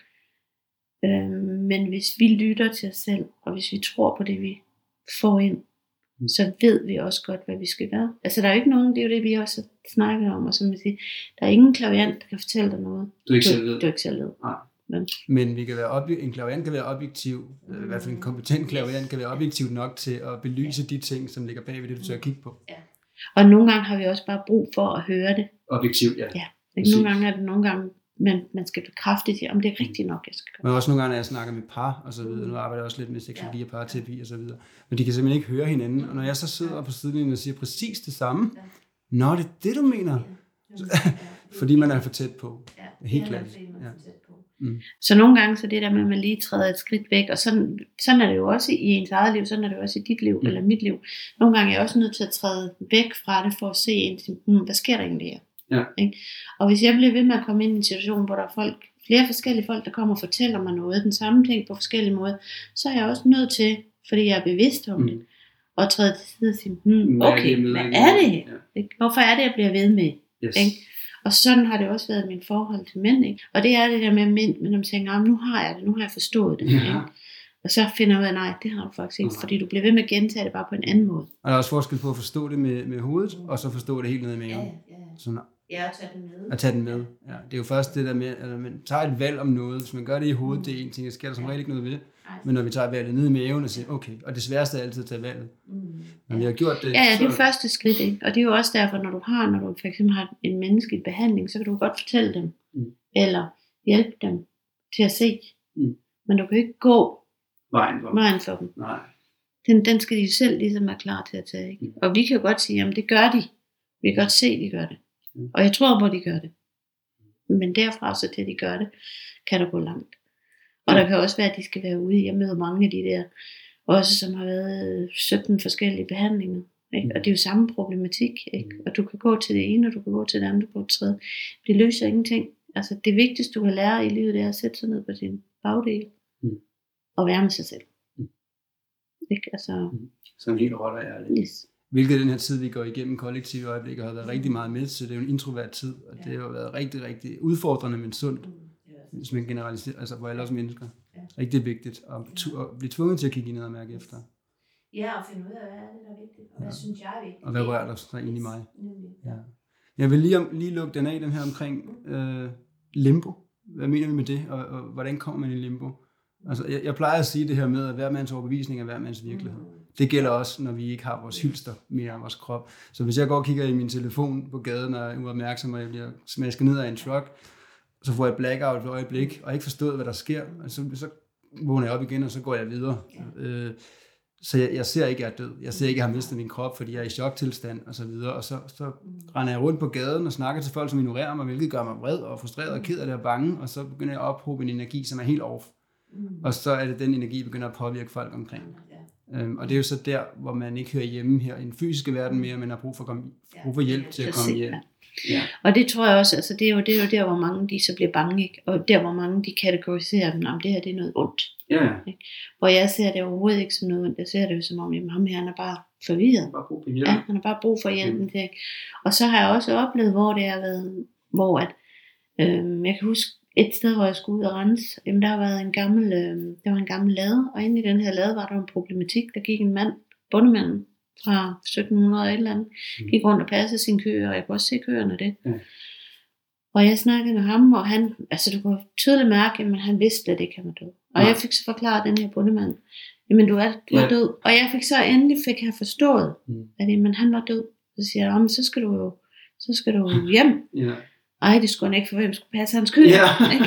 øhm, men hvis vi lytter til os selv, og hvis vi tror på det, vi får ind, mm. så ved vi også godt, hvad vi skal gøre. Altså der er jo ikke nogen, det er jo det, vi også snakker om, og som jeg siger, der er ingen klaviant, der kan fortælle dig noget. Du er ikke selv ved. Du er ikke selv ved. Nej. Men, Men vi kan være objek- en klaviant kan være objektiv, mm. i hvert fald en kompetent klaviant kan være objektiv nok til at belyse de ting, som ligger bag ved det, du tør kigge på. Ja. Og nogle gange har vi også bare brug for at høre det. Objektivt, ja. Ja. Ikke? Nogle gange er det nogle gange, man, man skal bekræfte det, om det er rigtigt nok, jeg skal gøre. Men også nogle gange, når jeg snakker med par og så videre, nu arbejder jeg også lidt med seksologi og parterapi og så videre, men de kan simpelthen ikke høre hinanden, og når jeg så sidder på sidelinjen og siger præcis det samme, nå, det er det, du mener. Fordi man er for tæt på. Helt klart. Ja. Mm. Så nogle gange så det der med, at man lige træder et skridt væk, og sådan, sådan er det jo også i ens eget liv, sådan er det jo også i dit liv, mm. eller mit liv. Nogle gange er jeg også nødt til at træde væk fra det, for at se ind til, hmm, hvad sker der egentlig her? Ja. Ikke? Og hvis jeg bliver ved med at komme ind i en situation, hvor der er folk, flere forskellige folk, der kommer og fortæller mig noget, den samme ting på forskellige måder, så er jeg også nødt til, fordi jeg er bevidst om mm. det, at træde til side og sige, hmm, okay, hvad er det her? Ja. Hvorfor er det, jeg bliver ved med? Yes. Ikke? Og sådan har det også været min forhold til mænd, ikke? Og det er det der med mænd, men de tænker, nu har jeg det, nu har jeg forstået det, ja. Ikke? Og så finder jeg ud af, nej, det har du faktisk ikke, fordi du bliver ved med at gentage det bare på en anden måde. Og der er også forskel på at forstå det med, med hovedet, og så forstå det helt ned i maven. Ja, ja. Sådan, ja, at tage den med. At tage den med, ja. Det er jo først det der med, at man tager et valg om noget, hvis man gør det i hovedet, det er en ting, der sker der som regel ikke noget ved. Men når vi tager valget ned i maven og siger, okay, og det sværeste er altid at tage valget. Mm. Når vi har gjort det... Ja, ja, det er jo første skridt, ikke? Og det er jo også derfor, når du har, når du for eksempel har en menneske i behandling, så kan du godt fortælle dem, mm. eller hjælpe dem til at se. Mm. Men du kan ikke gå vejen for, vejen for dem. Nej. Den, den skal de selv ligesom være klar til at tage, ikke? Mm. Og vi kan jo godt sige, jamen det gør de, Vi kan godt se, at de gør det. Og jeg tror på, at de gør det. Men derfra så til, at de gør det, kan der gå langt. Og der kan også være, at de skal være ude. Jeg møder mange af de der, også som har været sytten forskellige behandlinger. Ikke? Og det er jo samme problematik. Ikke? Og du kan gå til det ene, og du kan gå til det andet, på det tredje. Det løser ingenting. Altså det vigtigste, du kan lære i livet, det er at sætte sig ned på sin bagdel. Mm. Og være med sig selv. Mm. Ikke? Altså, mm. Som helt råt og ærligt. Yes. Hvilket den her tid, vi går igennem kollektive øjeblikker, har været rigtig meget med til. Det er jo en introvert tid, og det har jo været rigtig, rigtig udfordrende, men sundt. Mm. Hvis man generaliserer, altså for alle os mennesker. Ja. Rigtig vigtigt at, ja. at blive tvunget til at kigge ned og mærke efter. Ja, og finde ud af, hvad er det, der er vigtigt, og hvad ja. synes jeg er vigtigt. Og hvad rører der sig ind i mig. Ja. Jeg vil lige, lige lukke den af, den her omkring øh, limbo. Hvad mener vi med det, og, og hvordan kommer man i limbo? Altså, jeg, jeg plejer at sige det her med, at hver mands overbevisning er hver mands virkelighed. Det gælder også, når vi ikke har vores hylster mere af vores krop. Så hvis jeg går og kigger i min telefon på gaden og er uopmærksom, og jeg bliver smasket ned af en truck, så får jeg blackout et øjeblik, og ikke forstået, hvad der sker. Og så, så vågner jeg op igen, og så går jeg videre. Øh, så jeg, jeg ser ikke, at jeg er død. Jeg ser ikke, at jeg har mistet min krop, fordi jeg er i choktilstand, og så videre. Og så, så render jeg rundt på gaden og snakker til folk, som ignorerer mig, hvilket gør mig vred og frustreret og ked af det og bange. Og så begynder jeg at ophobe en energi, som er helt off. Og så er det den energi, der begynder at påvirke folk omkring. Øhm, og det er jo så der, hvor man ikke hører hjemme her i den fysiske verden mere, men har brug for, komme, brug for hjælp til at komme hjem. Ja. Og det tror jeg også, altså det er jo, det er jo der, hvor mange de så bliver bange, ikke? Og der, hvor mange de kategoriserer dem, om det her det er noget ondt. Ja. Ikke? Hvor jeg ser det overhovedet ikke som noget ondt. Jeg ser det jo som om, jamen ham her, han er bare forvirret. Bare brug for hjælp. Ja, han har bare brug for hjælpen mm. til. Ikke? Og så har jeg også oplevet, hvor det har været, hvor at, øhm, jeg kan huske, et sted, hvor jeg skulle ud og rense, jamen der har været en gammel, øh, der var en gammel lade, og inde i den her lade var der en problematik. Der gik en mand, bondemanden fra sytten hundrede og et eller andet, gik rundt og passede sine køer, og jeg kunne også se køerne det. Ja. Og jeg snakkede med ham, og han, altså du kunne tydeligt mærke, at han vidste slet ikke, at han var død. Og ja. Jeg fik så forklaret den her bondemand, jamen du er, du er ja. død. Og jeg fik så endelig fik jeg forstået, mm. at jamen, han var død. Så siger jeg, så skal du jo, så skal du hjem. Ja. Ej, det skulle han ikke, for hvem skulle passe hans køer. Yeah.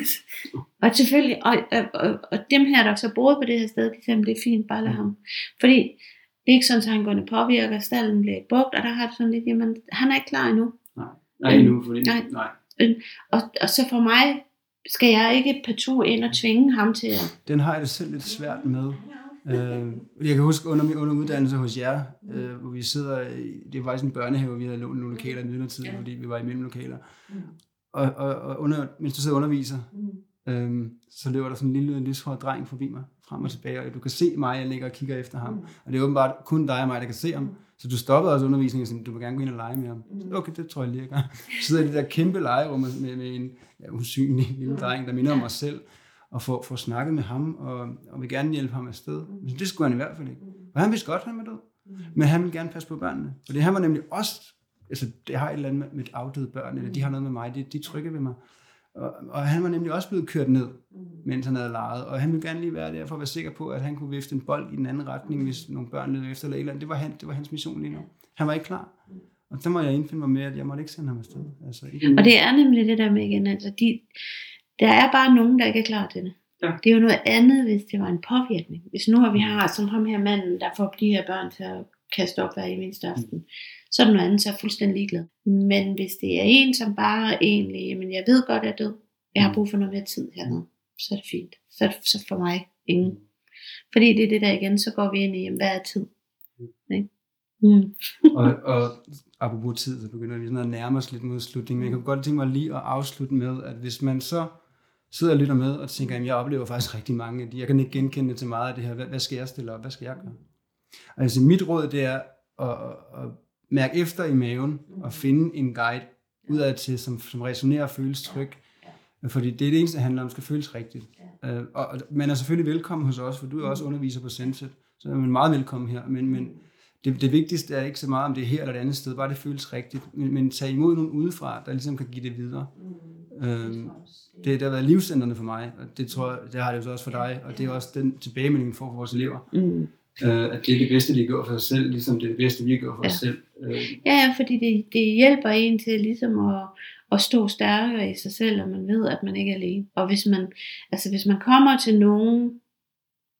Og selvfølgelig, og, og, og, og dem her, der så boede på det her sted, de sagde, det er fint, bare lad ham. Fordi det er ikke sådan, at han går ind og påvirker, stallen bliver ikke brugt, og der har det sådan lidt, jamen, han er ikke klar endnu. Nej, nej endnu, fordi, nej. nej. Og, og så for mig, skal jeg ikke partout ind og tvinge ham til at... Den har jeg det selv lidt svært med. Uh, jeg kan huske under min under uddannelse hos jer, uh, hvor vi sidder, det var faktisk en børnehave, hvor vi havde lånt nogle lokaler i midlertid, fordi vi var i mellemlokaler. Mm. Og, og, og under, mens du sidder og underviser, mm. um, så løber der sådan en lille lyshåret dreng forbi mig, frem og tilbage, og du kan se mig, jeg ligger og kigger efter ham. Mm. Og det er åbenbart kun dig og mig, der kan se ham. Så du stoppede også undervisningen og sagde, du vil gerne gå ind og lege med ham. Så, okay, det tror jeg lige, jeg gør. Så sidder i det der kæmpe legerum med, med en ja, usynlig lille dreng, der minder om mig selv, og få, få snakket med ham, og, og vil gerne hjælpe ham afsted. Men det skulle han i hvert fald ikke. Og han vidste godt, at han var død. Men han ville gerne passe på børnene. For det han var nemlig også, altså det har et eller andet med, med afdøde børn, eller de har noget med mig, de, de trykker ved mig. Og, og han var nemlig også blevet kørt ned, mens han havde leget, og han ville gerne lige være der, for at være sikker på, at han kunne vifte en bold i den anden retning, hvis nogle børn løb efter eller et eller andet. Det var, han, det var hans mission lige nu. Han var ikke klar. Og der må jeg indfinde mig med, at jeg måtte ikke sende ham afsted. Altså, ikke og det er nemlig det der med igen, altså de, der er bare nogen, der ikke er klar til det. Ja. Det er jo noget andet, hvis det var en påvirkning. Hvis nu vi har sådan ham her manden, der får de her børn til at kaste op hver i mindste aften, mm. så er der noget andet, så er jeg fuldstændig ligeglad. Men hvis det er en, som bare egentlig, men jeg ved godt, at jeg er død, jeg har brug for noget mere tid hernede, så er det fint. Så er det så for mig ingen. Fordi det er det der igen, så går vi ind i, jamen, hvad er tid? Ikke? Mm. og, og apropos tid, så begynder vi sådan at nærme os lidt mod slutningen. Men jeg kan godt tænke mig lige at afslutte med, at hvis man så sidder og lytter med og tænker, at jeg oplever faktisk rigtig mange af de, jeg kan ikke genkende til meget af det her, hvad, hvad skal jeg stille op, hvad skal jeg gøre? Altså mit råd, det er at, at, at mærke efter i maven og finde en guide udad til, som, som resonerer og føles tryg. Fordi det er det eneste, det handler om, skal føles rigtigt. Ja. Uh, og, og man er selvfølgelig velkommen hos os, for du er også underviser på Senset, så er man meget velkommen her. Men, men det, det vigtigste er ikke så meget, om det er her eller et andet sted, bare det føles rigtigt. Men, men tag imod nogen udefra, der ligesom kan give det videre. Mm. Uh, det, det har været livscentrene for mig, og det tror jeg, det har det jo så også for dig, og det er også den tilbagemelding, vi får for vores elever. Mm. Uh, at det er det bedste, de gør for sig selv, ligesom det er det bedste, vi gør for ja. os selv. Uh, ja, ja, fordi det, det hjælper en til ligesom at og stå stærkere i sig selv, og man ved, at man ikke er alene. Og hvis man, altså hvis man kommer til nogen,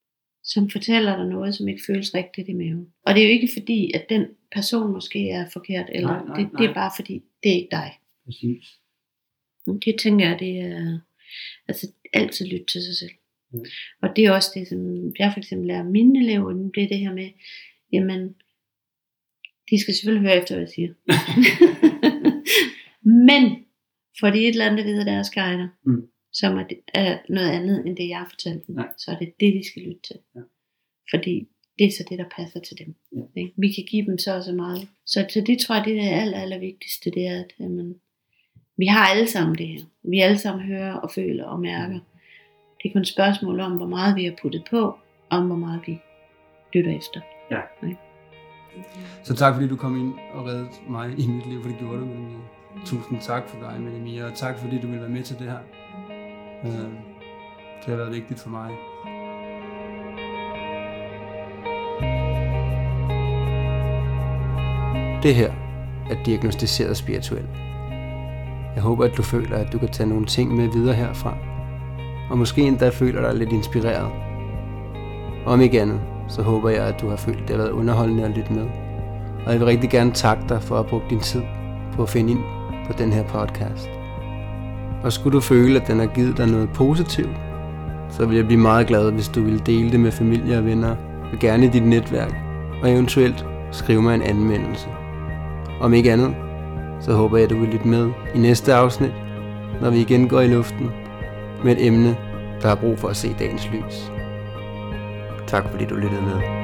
som fortæller dig noget, som ikke føles rigtigt i maven. Og det er jo ikke fordi, at den person måske er forkert, eller nej, nej, det, det er bare fordi, det er ikke dig. Præcis. Det tænker jeg, det er altså altid lytte til sig selv. Ja. Og det er også det, som jeg for eksempel lærer mine elever, det er det her med, jamen, de skal selvfølgelig høre efter, hvad jeg siger. Men, for det er et eller andet, der ved deres guider, mm. som er, det, er noget andet, end det jeg har fortalt dem, ja. Så er det det, de skal lytte til. Ja. Fordi det er så det, der passer til dem. Ja. Ikke? Vi kan give dem så og så meget. Så, så det tror jeg, det er det aller, aller vigtigste, det er, at jamen, vi har alle sammen det her. Vi alle sammen hører og føler og mærker. Det er kun et spørgsmål om, hvor meget vi har puttet på, om hvor meget vi lytter efter. Ja. Okay. Så tak fordi du kom ind og reddede mig i mit liv, for det gjorde du, Mette-Mia. Tusind tak for dig, Mette-Mia, og tak fordi du ville være med til det her. Det har været vigtigt for mig. Det her er Diagnosticeret Spirituel. Jeg håber, at du føler, at du kan tage nogle ting med videre herfra, og måske endda føler dig lidt inspireret. Om ikke andet, så håber jeg, at du har følt, at det har været underholdende at lytte med. Og jeg vil rigtig gerne takke dig for at have brugt din tid på at finde ind på den her podcast. Og skulle du føle, at den har givet dig noget positivt, så vil jeg blive meget glad, hvis du vil dele det med familie og venner, og gerne i dit netværk, og eventuelt skrive mig en anmeldelse. Om ikke andet, så håber jeg, at du vil lytte med i næste afsnit, når vi igen går i luften med et emne, der har brug for at se dagens lys. Tak fordi du lyttede med.